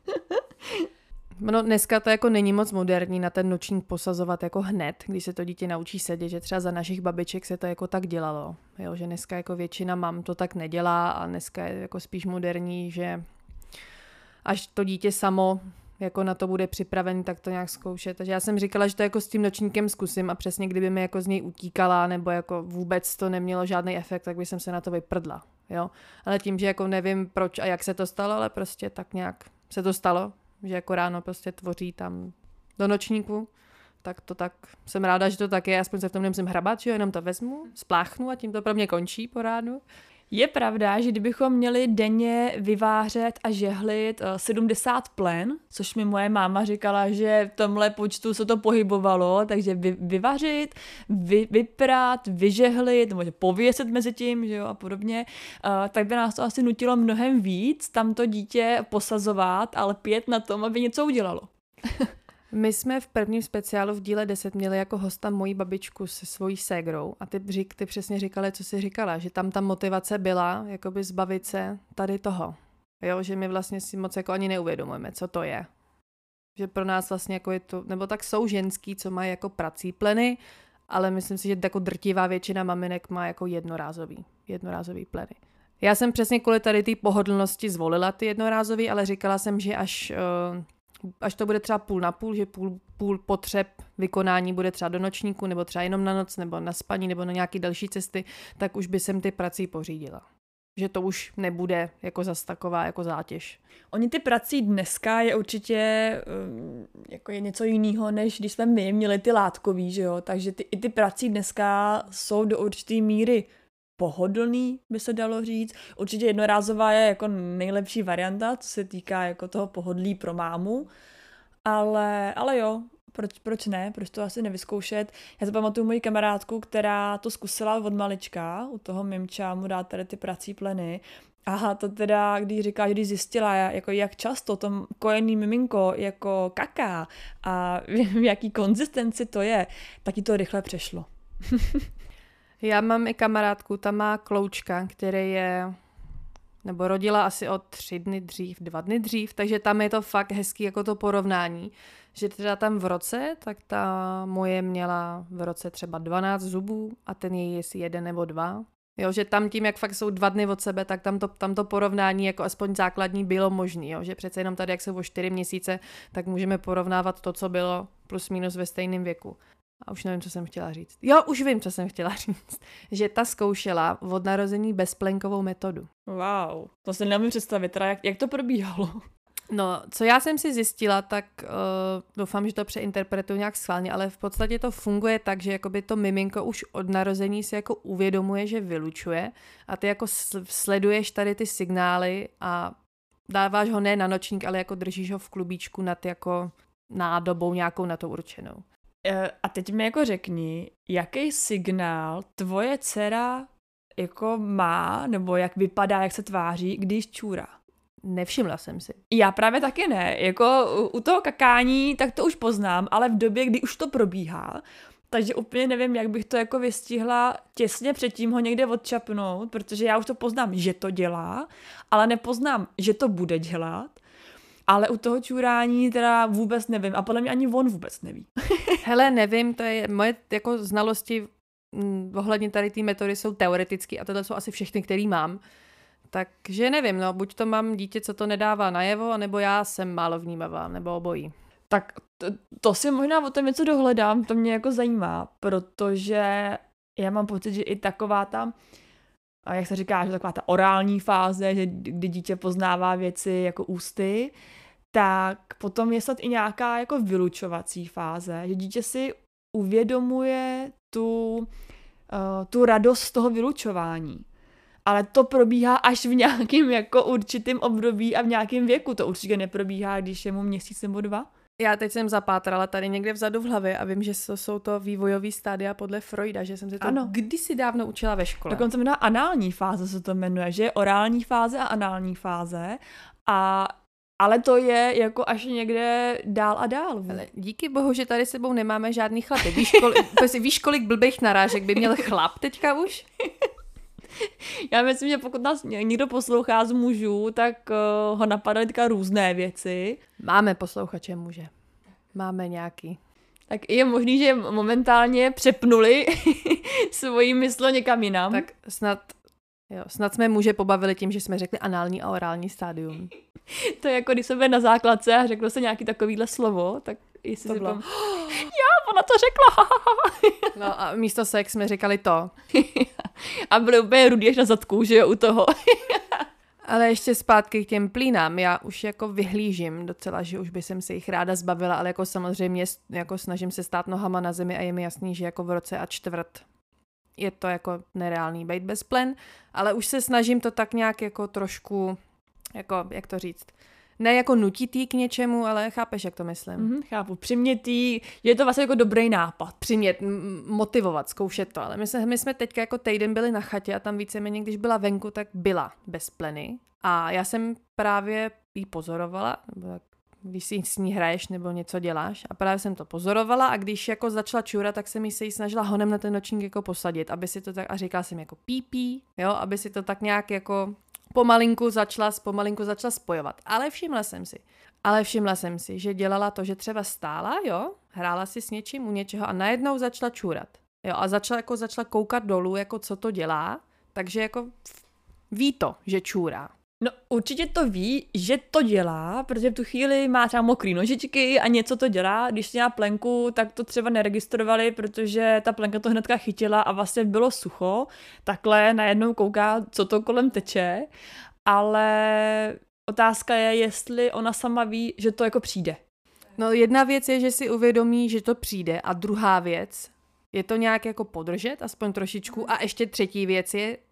No dneska to jako není moc moderní na ten nočník posazovat jako hned, když se to dítě naučí sedět, že třeba za našich babiček se to jako tak dělalo. Jo, že dneska jako většina mam to tak nedělá a dneska je jako spíš moderní, že až to dítě samo jako na to bude připravený, tak to nějak zkoušet. Takže já jsem říkala, že to jako s tím nočníkem zkusím a přesně kdyby mi jako z něj utíkala nebo jako vůbec to nemělo žádný efekt, tak bych jsem se na to vyprdla. Jo? Ale tím, že jako nevím proč a jak se to stalo, ale prostě tak nějak se to stalo, že jako ráno prostě tvoří tam do nočníku, tak to tak jsem ráda, že to tak je, aspoň se v tom nemusím hrabat, že jo, jenom to vezmu, spláchnu a tím to pro mě končí po ránu. Je pravda, že kdybychom měli denně vyvářet a žehlit 70 plen, což mi moje máma říkala, že v tomhle počtu se to pohybovalo, takže vyvařit, vyprát, vyžehlit, nebo pověsit mezi tím, že jo, a podobně, tak by nás to asi nutilo mnohem víc tam to dítě posazovat, ale pět na tom, aby něco udělalo. My jsme v prvním speciálu v díle 10 měli jako hosta moji babičku se svojí ségrou a ty přesně říkali, co jsi říkala, že tam ta motivace byla jakoby zbavit se tady toho. Jo, že my vlastně si moc jako ani neuvědomujeme, co to je. Že pro nás vlastně jako je to, nebo tak jsou ženský, co mají jako prací pleny, ale myslím si, že jako drtivá většina maminek má jako jednorázový pleny. Já jsem přesně kvůli tady té pohodlnosti zvolila ty jednorázový, ale říkala jsem, že až to bude třeba půl na půl, že půl potřeb vykonání bude třeba do nočníku, nebo třeba jenom na noc, nebo na spaní, nebo na nějaký další cesty, tak už by jsem ty prací pořídila. Že to už nebude jako zas taková jako zátěž. Oni ty prací dneska je určitě jako je něco jiného, než když jsme my měli ty látkový, že jo? Takže i ty prací dneska jsou do určité míry pohodlný, by se dalo říct. Určitě jednorázová je jako nejlepší varianta, co se týká jako toho pohodlí pro mámu, ale jo, proč ne, proč to asi nevyzkoušet. Já si pamatuju moji kamarádku, která to zkusila od malička, u toho mimča mu dát tady ty prací pleny. Aha, to teda, když říká, že když zjistila, jako jak často to kojený miminko jako kaká a v jaký konzistenci to je, tak jí to rychle přešlo. Já mám i kamarádku, ta má kloučka, který je, nebo rodila asi o 2 dny dřív, takže tam je to fakt hezký jako to porovnání, že teda tam v roce, tak ta moje měla v roce třeba 12 zubů a ten její jestli 1 nebo 2. Jo, že tam tím, jak fakt jsou 2 dny od sebe, tak tam to porovnání jako aspoň základní bylo možný, jo, že přece jenom tady, jak jsou o 4 měsíce, tak můžeme porovnávat to, co bylo plus minus ve stejném věku. A už nevím, co jsem chtěla říct. Jo, už vím, co jsem chtěla říct. Že ta zkoušela od narození bezplenkovou metodu. Wow, to se nemůžu představit, teda jak to probíhalo. No, co já jsem si zjistila, tak doufám, že to přeinterpretuju nějak schválně, ale v podstatě to funguje tak, že jakoby to miminko už od narození si jako uvědomuje, že vylučuje a ty jako sleduješ tady ty signály a dáváš ho ne na nočník, ale jako držíš ho v klubíčku nad jako nádobou nějakou na to určenou. A teď mi jako řekni, jaký signál tvoje dcera jako má, nebo jak vypadá, jak se tváří, když čůrá? Nevšimla jsem si. Já právě taky ne. Jako u toho kakání, tak to už poznám, ale v době, kdy už to probíhá, takže úplně nevím, jak bych to jako vystihla těsně předtím ho někde odčapnout, protože já už to poznám, že to dělá, ale nepoznám, že to bude dělat. Ale u toho čurání teda vůbec nevím. A podle mě ani on vůbec neví. Hele, nevím, to je moje jako znalosti ohledně tady té metody jsou teoretické a tohle jsou asi všechny, který mám. Takže nevím, no, buď to mám dítě, co to nedává najevo, anebo já jsem málo vnímavá, nebo obojí. Tak to si možná o tom něco dohledám, to mě jako zajímá, protože já mám pocit, že i taková ta, a jak se říká, že taková ta orální fáze, že kdy dítě poznává věci jako ústy, tak potom je snad i nějaká jako vylučovací fáze, že dítě si uvědomuje tu radost z toho vylučování. Ale to probíhá až v nějakém jako určitém období a v nějakém věku. To určitě neprobíhá, když je mu měsíc nebo 2. Já teď jsem zapátrala tady někde vzadu v hlavě a vím, že jsou to vývojový stádia podle Freuda, že jsem se to kdysi dávno učila ve škole. Dokonce jmenuje anální fáze se to jmenuje, že je orální fáze a anální fáze. Ale to je jako až někde dál a dál. Ale díky bohu, že tady sebou nemáme žádný chlapy. Víš, kolik blbých narážek by měl chlap teďka už? Já myslím, že pokud nás někdo poslouchá z mužů, tak ho napadaly teďka různé věci. Máme posluchače muže. Máme nějaký. Tak je možný, že momentálně přepnuli svoji mysl někam jinam. Tak snad jsme muže pobavili tím, že jsme řekli anální a orální stádium. To je jako když jsme byli na základce a řeklo se nějaký takovýhle slovo, tak jestli si tam... Já, ona to řekla! No a místo sex jsme říkali to. A byli úplně rudí až na zadku, že jo, u toho. Ale ještě zpátky k těm plínám. Já už jako vyhlížím docela, že už by jsem se jich ráda zbavila, ale jako samozřejmě jako snažím se stát nohama na zemi a je mi jasný, že jako v roce a čtvrt je to jako nereálný bejt bez plen, ale už se snažím to tak nějak jako trošku, jako, jak to říct, ne jako nutitý k něčemu, ale chápeš, jak to myslím. Chápu, přimětý, je to vlastně jako dobrý nápad. Přimět, motivovat, zkoušet to, ale my jsme teďka jako týden byli na chatě a tam víceméně, když byla venku, tak byla bez pleny a já jsem právě jí pozorovala, nebo když si s ní hraješ nebo něco děláš a právě jsem to pozorovala a když jako začala čůrat, tak jsem se jí snažila honem na ten nočník jako posadit, aby si to tak, a říkala jsem jako pípí, jo, aby si to tak nějak jako pomalinku začala spojovat. Ale všimla jsem si, že dělala to, že třeba stála, jo, hrála si s něčím u něčeho a najednou začala čůrat. Jo, a začala koukat dolů, jako co to dělá, takže jako ví to, že čůrá. No určitě to ví, že to dělá, protože v tu chvíli má třeba mokrý nožičky a něco to dělá. Když měla plenku, tak to třeba neregistrovali, protože ta plenka to hnedka chytila a vlastně bylo sucho. Takhle najednou kouká, co to kolem teče, ale otázka je, jestli ona sama ví, že to jako přijde. No jedna věc je, že si uvědomí, že to přijde a druhá věc je to nějak jako podržet, aspoň trošičku a ještě třetí věc je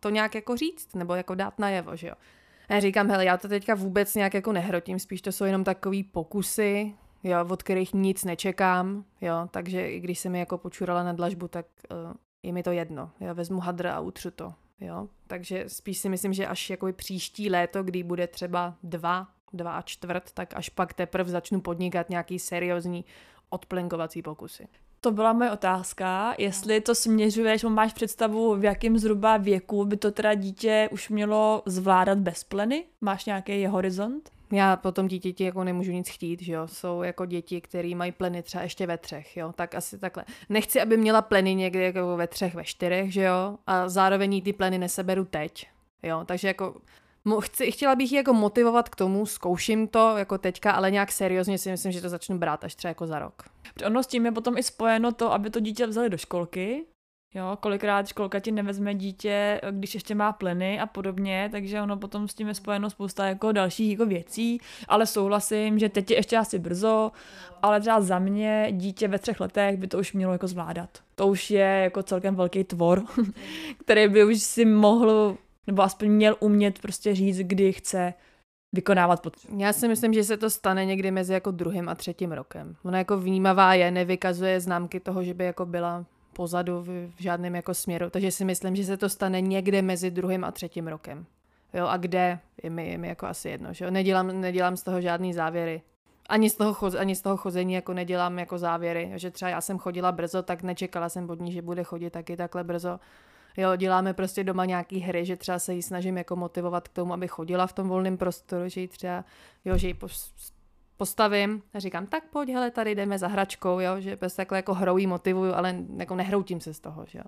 to nějak jako říct, nebo jako dát najevo, že jo. A já říkám, hele, já to teďka vůbec nějak jako nehrotím, spíš to jsou jenom takový pokusy, jo, od kterých nic nečekám, jo, takže i když se mi jako počurala na dlažbu, tak je mi to jedno, já vezmu hadr a utřu to, jo. Takže spíš si myslím, že až jakoby příští léto, kdy bude třeba 2,25, tak až pak teprve začnu podnikat nějaký seriózní odplenkovací pokusy. To byla moje otázka, jestli to směřuješ, máš představu, v jakém zhruba věku by to teda dítě už mělo zvládat bez pleny? Máš nějaký horizont? Já potom dítěti jako nemůžu nic chtít, že jo, jsou jako děti, které mají pleny třeba ještě ve 3, jo, tak asi takhle. Nechci, aby měla pleny někdy jako ve 3, ve 4, že jo, a zároveň jí ty pleny neseberu teď, jo, takže jako chtěla bych ji jako motivovat k tomu, zkouším to jako teďka, ale nějak seriózně si myslím, že to začnu brát až třeba jako za rok. Ono s tím je potom i spojeno to, aby to dítě vzali do školky. Jo, kolikrát školka ti nevezme dítě, když ještě má pleny a podobně, takže ono potom s tím je spojeno spousta jako dalších jako věcí, ale souhlasím, že teď je ještě asi brzo, ale třeba za mě dítě ve 3 letech by to už mělo jako zvládat. To už je jako celkem velký tvor, který by už si mohl, nebo aspoň měl umět prostě říct, kdy chce vykonávat potřebu. Já si myslím, že se to stane někdy mezi jako 2. a 3. rokem. Ona jako vnímavá je, nevykazuje známky toho, že by jako byla pozadu v žádném jako směru, takže si myslím, že se to stane někde mezi 2. a 3. rokem. Jo, a kde je mi jako asi jedno, že jo? Nedělám z toho žádný závěry. Ani z toho chození jako nedělám jako závěry, že třeba já jsem chodila brzo, tak nečekala jsem od ní, že bude chodit taky takhle brzo. Jo, děláme prostě doma nějaký hry, že třeba se jí snažím jako motivovat k tomu, aby chodila v tom volném prostoru, že jí třeba, jo, že jí postavím a říkám, tak pojď, hele, tady jdeme za hračkou, jo, že prostě takhle jako hrou jí motivuju, ale jako nehroutím se z toho, že jo.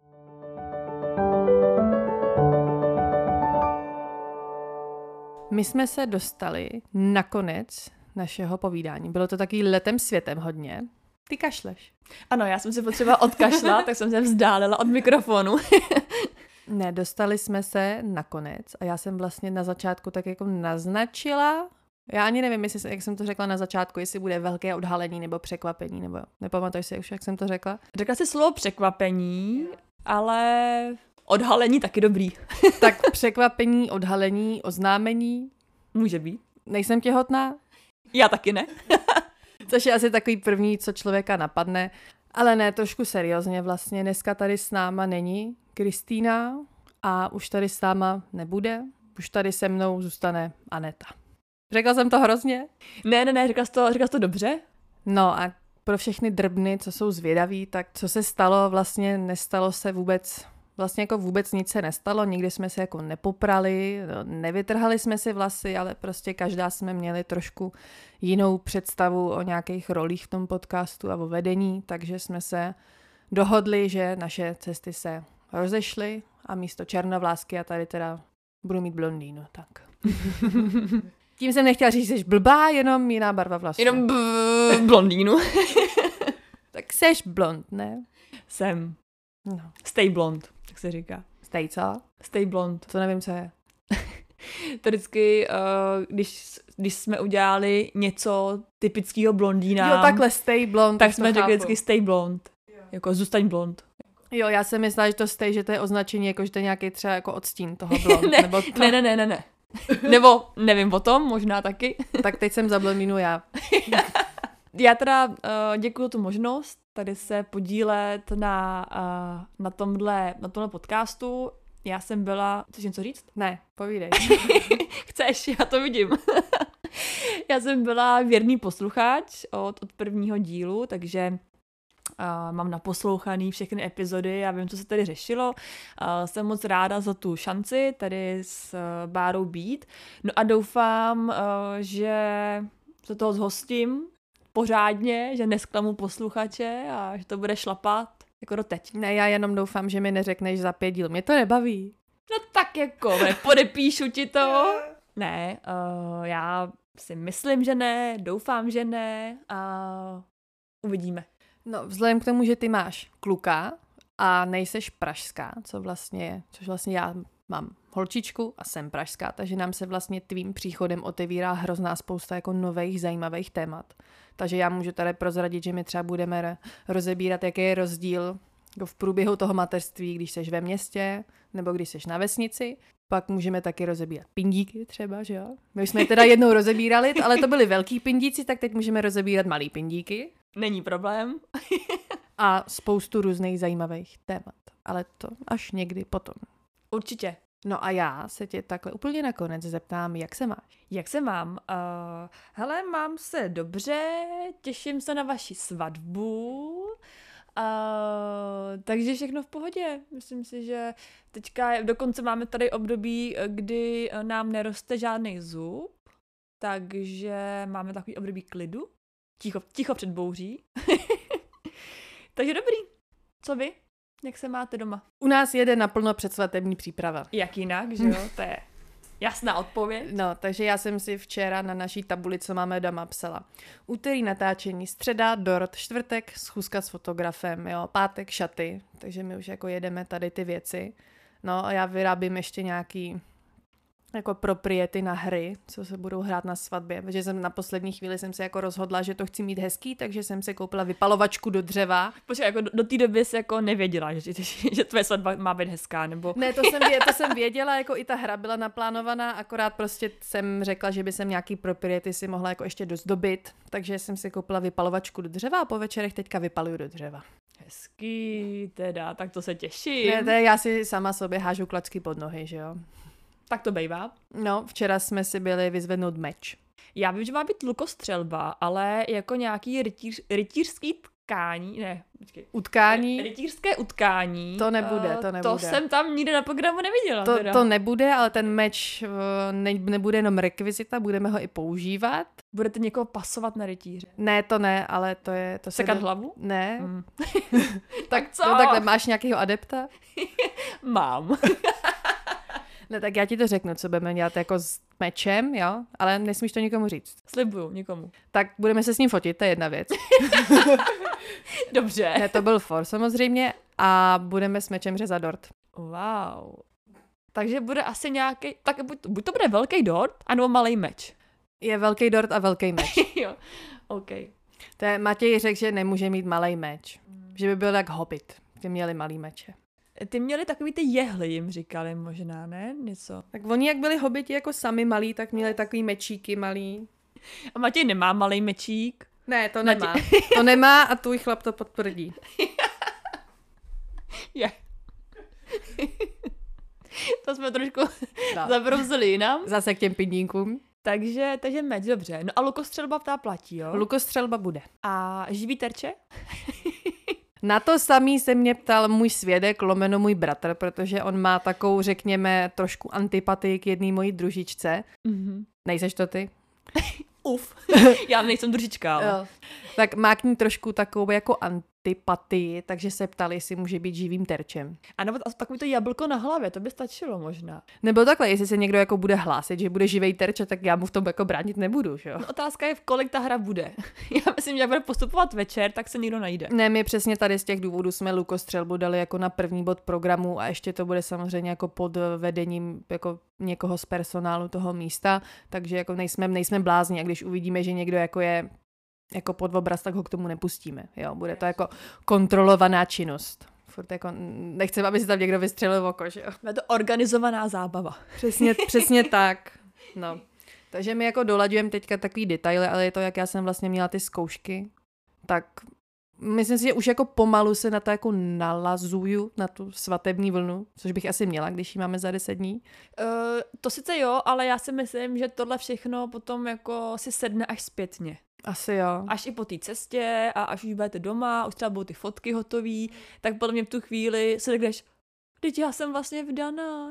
My jsme se dostali na konec našeho povídání. Bylo to taky letem světem hodně. Ty kašleš. Ano, já jsem si potřeba odkašlat, tak jsem se vzdálila od mikrofonu. Ne, dostali jsme se na konec a já jsem vlastně na začátku tak jako naznačila. Já ani nevím, jak jsem to řekla na začátku, jestli bude velké odhalení nebo překvapení, nebo nepamatuješ si už, jak jsem to řekla? Řekla jsi slovo překvapení, ale odhalení taky dobrý. Tak překvapení, odhalení, oznámení. Může být. Nejsem těhotná? Já taky ne. Což je asi takový první, co člověka napadne. Ale ne, trošku seriózně vlastně. Dneska tady s náma není Kristýna a už tady s náma nebude. Už tady se mnou zůstane Aneta. Řekla jsem to hrozně? Ne, řekla jsi to dobře. No a pro všechny drbny, co jsou zvědaví, tak co se stalo, vlastně nestalo se vůbec, vlastně jako vůbec nic se nestalo, nikdy jsme se jako nepoprali, nevytrhali jsme si vlasy, ale prostě každá jsme měli trošku jinou představu o nějakých rolích v tom podcastu a o vedení, takže jsme se dohodli, že naše cesty se rozešly a místo černovlásky já tady teda budu mít blondýnu, tak. Tím jsem nechtěla říct, že jsi blbá, jenom jiná barva vlasů. Jenom blondýnu. Tak seš blond, ne? Jsem. No. Stay blond, tak se říká. Stay co? Stay blond. To nevím, co je. To vždycky, když jsme udělali něco typického blondýna. Jo, takhle stay blond. Tak jsme řekli vždycky stay blond. Jako zůstaň blond. Jo, já jsem myslela, že to stay, že to je označení, jako že to je nějaký třeba jako odstín toho blond. Ne, nebo to... ne. Nebo nevím o tom, možná taky. Tak teď jsem za blondýnu já. Já teda děkuji tu možnost tady se podílet na tomhle podcastu. Já jsem byla... Chceš něco říct? Ne, povídej. Chceš, já to vidím. Já jsem byla věrný posluchač od prvního dílu, takže mám naposlouchaný všechny epizody, já vím, co se tady řešilo. Jsem moc ráda za tu šanci tady s Bárou být. No a doufám, že se toho zhostím pořádně, že nesklamu posluchače a že to bude šlapat jako doteď. Ne, já jenom doufám, že mi neřekneš za 5 díl. Mě to nebaví. No tak jako, podepíšu ti to. Ne, já si myslím, že ne, doufám, že ne a uvidíme. No, vzhledem k tomu, že ty máš kluka a nejseš pražská, což vlastně já mám holčičku a jsem pražská, takže nám se vlastně tvým příchodem otevírá hrozná spousta jako nových zajímavých témat. Takže já můžu tady prozradit, že my třeba budeme rozebírat, jaký je rozdíl Jako v průběhu toho mateřství, když seš ve městě, nebo když seš na vesnici, pak můžeme taky rozebírat pindíky třeba, že jo? My už jsme je teda jednou rozebírali, ale to byly velký pindíci, tak teď můžeme rozebírat malý pindíky. Není problém. A spoustu různých zajímavých témat. Ale to až někdy potom. Určitě. No a já se tě takhle úplně nakonec zeptám, jak se máš? Jak se mám? Hele, mám se dobře, těším se na vaši svatbu. Takže všechno v pohodě. Myslím si, že teďka dokonce máme tady období, kdy nám neroste žádný zub, takže máme takový období klidu. Ticho před bouří. Takže dobrý. Co vy? Jak se máte doma? U nás jede naplno předsvatební příprava. Jak jinak, že jo? To je jasná odpověď. No, takže já jsem si včera na naší tabuli, co máme doma, psala. Úterý natáčení, středa dort, čtvrtek schůzka s fotografem, jo, pátek šaty, takže my už jako jedeme tady ty věci. No a já vyrábím ještě nějaký jako propriety na hry, co se budou hrát na svatbě, protože jsem na poslední chvíli jsem se jako rozhodla, že to chci mít hezký, takže jsem si koupila vypalovačku do dřeva. Počkej, jako do té doby jsi jako nevěděla, že tvoje svatba má být hezká, nebo? Ne, to jsem věděla, jako i ta hra byla naplánovaná, akorát prostě jsem řekla, že by jsem nějaký propriety si mohla jako ještě dozdobit, takže jsem si koupila vypalovačku do dřeva a po večerech teďka vypaluju do dřeva. Hezký, teda, tak to se těším. Ne, to je, já si sama sobě hážu klacky pod nohy, že jo. Tak to bejvá. No, včera jsme si byli vyzvednout meč. Já vím, že má být lukostřelba, ale jako nějaký rytířský tkání, ne, počkej. Utkání? Rytířské utkání. To nebude. To jsem tam nikde na programu neviděla. To nebude, ale ten meč nebude jenom rekvizita, budeme ho i používat. Budete někoho pasovat na rytíře? Ne, to ne, ale to je... To sekat hlavu? Ne. Tak co? No takhle, máš nějakého adepta? Mám. Ne, tak já ti to řeknu, co budeme dělat jako s mečem, jo, ale nesmíš to nikomu říct. Slibuju, nikomu. Tak budeme se s ním fotit, to je jedna věc. Dobře. Ne, to byl for samozřejmě a budeme s mečem řezat dort. Wow. Takže bude asi nějaký, tak buď to bude velký dort, anebo malý meč. Je velký dort a velký meč. Jo, OK. To je, Matěj řekl, že nemůže mít malý meč. Že by byl jak Hobbit. Ty měli malý meče. Ty měli takový ty jehly, jim říkali možná, ne? Něco. Tak oni, jak byli hobiti jako sami malí, tak měli takový mečíky malý. A Matěj nemá malý mečík? Ne, to nemá. To nemá a tvůj chlap to potvrdí. Je. To jsme trošku zabrouzili jinam. Zase k těm pindínkům. Takže meč, dobře. No a lukostřelba ta platí, jo? Lukostřelba bude. A živý terče? Na to samý se mě ptal můj svědek, lomeno můj bratr, protože on má takovou, řekněme, trošku antipatii k jedné mojí družičce. Mm-hmm. Nejseš to ty? Uf, já nejsem družička, ale... Jo. Tak má k ní trošku takovou jako antipatii, takže se ptali, jestli může být živým terčem. A nebo takový to jablko na hlavě, to by stačilo možná. Nebo takhle, jestli se někdo jako bude hlásit, že bude živej terč, tak já mu v tom jako bránit nebudu, že jo? No, otázka je, v kolik ta hra bude. Já myslím, že jak bude postupovat večer, tak se nikdo najde. Ne, my přesně tady z těch důvodů jsme lukostřelbu dali jako na první bod programu a ještě to bude samozřejmě jako pod vedením jako někoho z personálu toho místa, takže jako nejsme blázni a když uvidíme, že někdo jako je jako pod obraz, tak ho k tomu nepustíme. Jo, bude to jako kontrolovaná činnost. Furt jako nechceme, aby si tam někdo vystřelil oko, že jo. Je to organizovaná zábava. Přesně tak. No. Takže my jako dolaďujeme teďka takový detaily, ale je to, jak já jsem vlastně měla ty zkoušky, tak myslím si, že už jako pomalu se na to jako nalazuju, na tu svatební vlnu, což bych asi měla, když ji máme za 10 dní. To sice jo, ale já si myslím, že tohle všechno potom jako si sedne až zpětně. Asi jo. Až i po té cestě a až už budete doma, už třeba budou ty fotky hotový, tak podle mě v tu chvíli si řekneš, teď já jsem vlastně vdaná,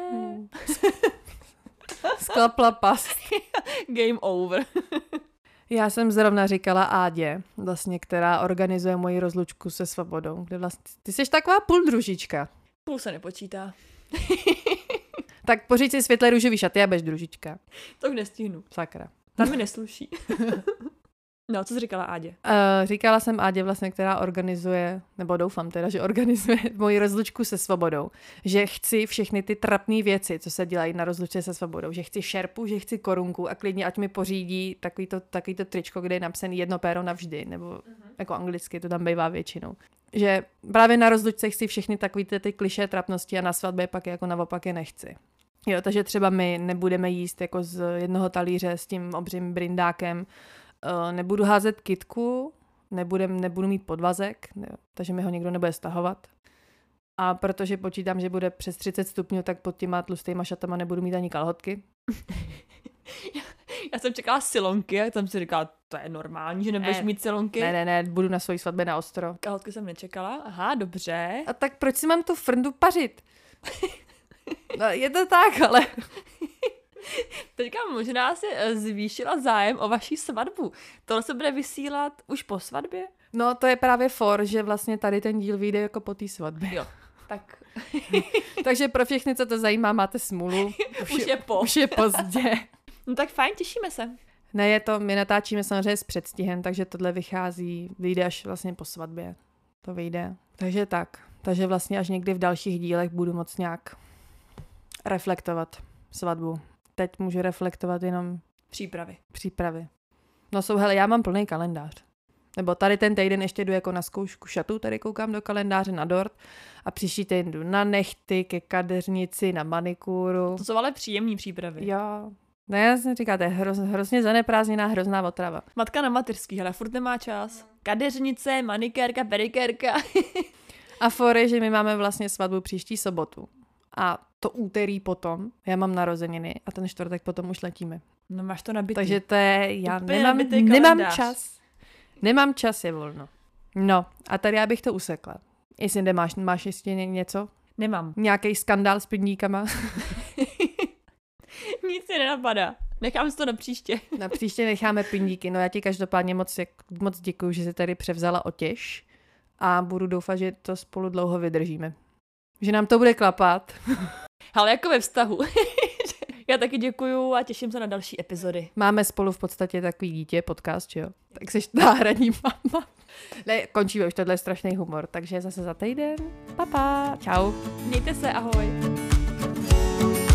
Sklapla past. Game over. Já jsem zrovna říkala Ádě, vlastně, která organizuje moji rozlučku se Svobodou, kde vlastně ty jsi taková půl družička. Půl se nepočítá. Tak pořiď si světle růžový šaty a budeš družička. To už nestihnu. Sakra. Tam mi nesluší. No, co jsi říkala Ádě? Říkala jsem Ádě vlastně, která organizuje, nebo doufám teda, že organizuje moji rozlučku se Svobodou, že chci všechny ty trapné věci, co se dělají na rozlučce se Svobodou, že chci šerpu, že chci korunku a klidně ať mi pořídí takový to tričko, kde je napsaný jedno péro navždy, nebo jako anglicky to tam bývá většinou. že právě na rozlučce chci všechny takový ty klišé trapnosti a na svatbě pak jako naopak je nechci. Jo, takže třeba my nebudeme jíst jako z jednoho talíře s tím obřím brindákem, nebudu házet kytku, nebudu mít podvazek, takže mi ho nikdo nebude stahovat. A protože počítám, že bude přes 30 stupňů, tak pod těma tlustýma šatama nebudu mít ani kalhotky. Já jsem čekala silonky a tam si říkala, to je normální, že nebudeš mít silonky. Ne, budu na svojí svatbě na ostro. Kalhotky jsem nečekala, aha, dobře. A tak proč si mám tu frndu pařit? No, je to tak, ale... Teďka možná si zvýšila zájem o vaši svatbu. Tohle se bude vysílat už po svatbě? No, to je právě že vlastně tady ten díl vyjde jako po té svatbě. Jo, tak... Takže pro všechny, co to zajímá, máte smůlu. Už je pozdě. No tak fajn, těšíme se. Ne, my natáčíme samozřejmě s předstihem, takže tohle vyjde až vlastně po svatbě. To vyjde. Takže tak. Takže vlastně až někdy v dalších dílech budu moc nějak reflektovat svatbu. Teď můžu reflektovat jenom přípravy. No hele, já mám plný kalendář. Nebo tady ten týden ještě jdu jako na zkoušku šatů, tady koukám do kalendáře na dort a příští týden jdu na nechty, ke kadeřnici, na manikúru. To jsou ale příjemný přípravy. Jo. No jasně říkáte, hrozně zaneprázdněná, hrozná otrava. Matka na mateřský, hele, furt nemá čas. Kadeřnice, manikérka, pedikérka. A je, že my máme vlastně svatbu příští sobotu. A to úterý potom, já mám narozeniny a ten čtvrtek potom už letíme. No máš to nabitý. Takže to je, já nemám čas. Nemám čas, je volno. No, a tady já bych to usekla. Jestli máš ještě něco? Nemám. Nějaký skandál s pindíkama? Nic si nenapadá. Nechám si to na příště. Na příště necháme pindíky. No já ti každopádně moc děkuju, že jsi tady převzala otěž a budu doufat, že to spolu dlouho vydržíme. Že nám to bude klapat. Ale jako ve vztahu. Já taky děkuju a těším se na další epizody. Máme spolu v podstatě takový dítě, podcast, jo? Tak jsi náhradní mama. Ne, končíme, už tohle je strašný humor, takže zase za týden. Pa, čau. Mějte se, ahoj.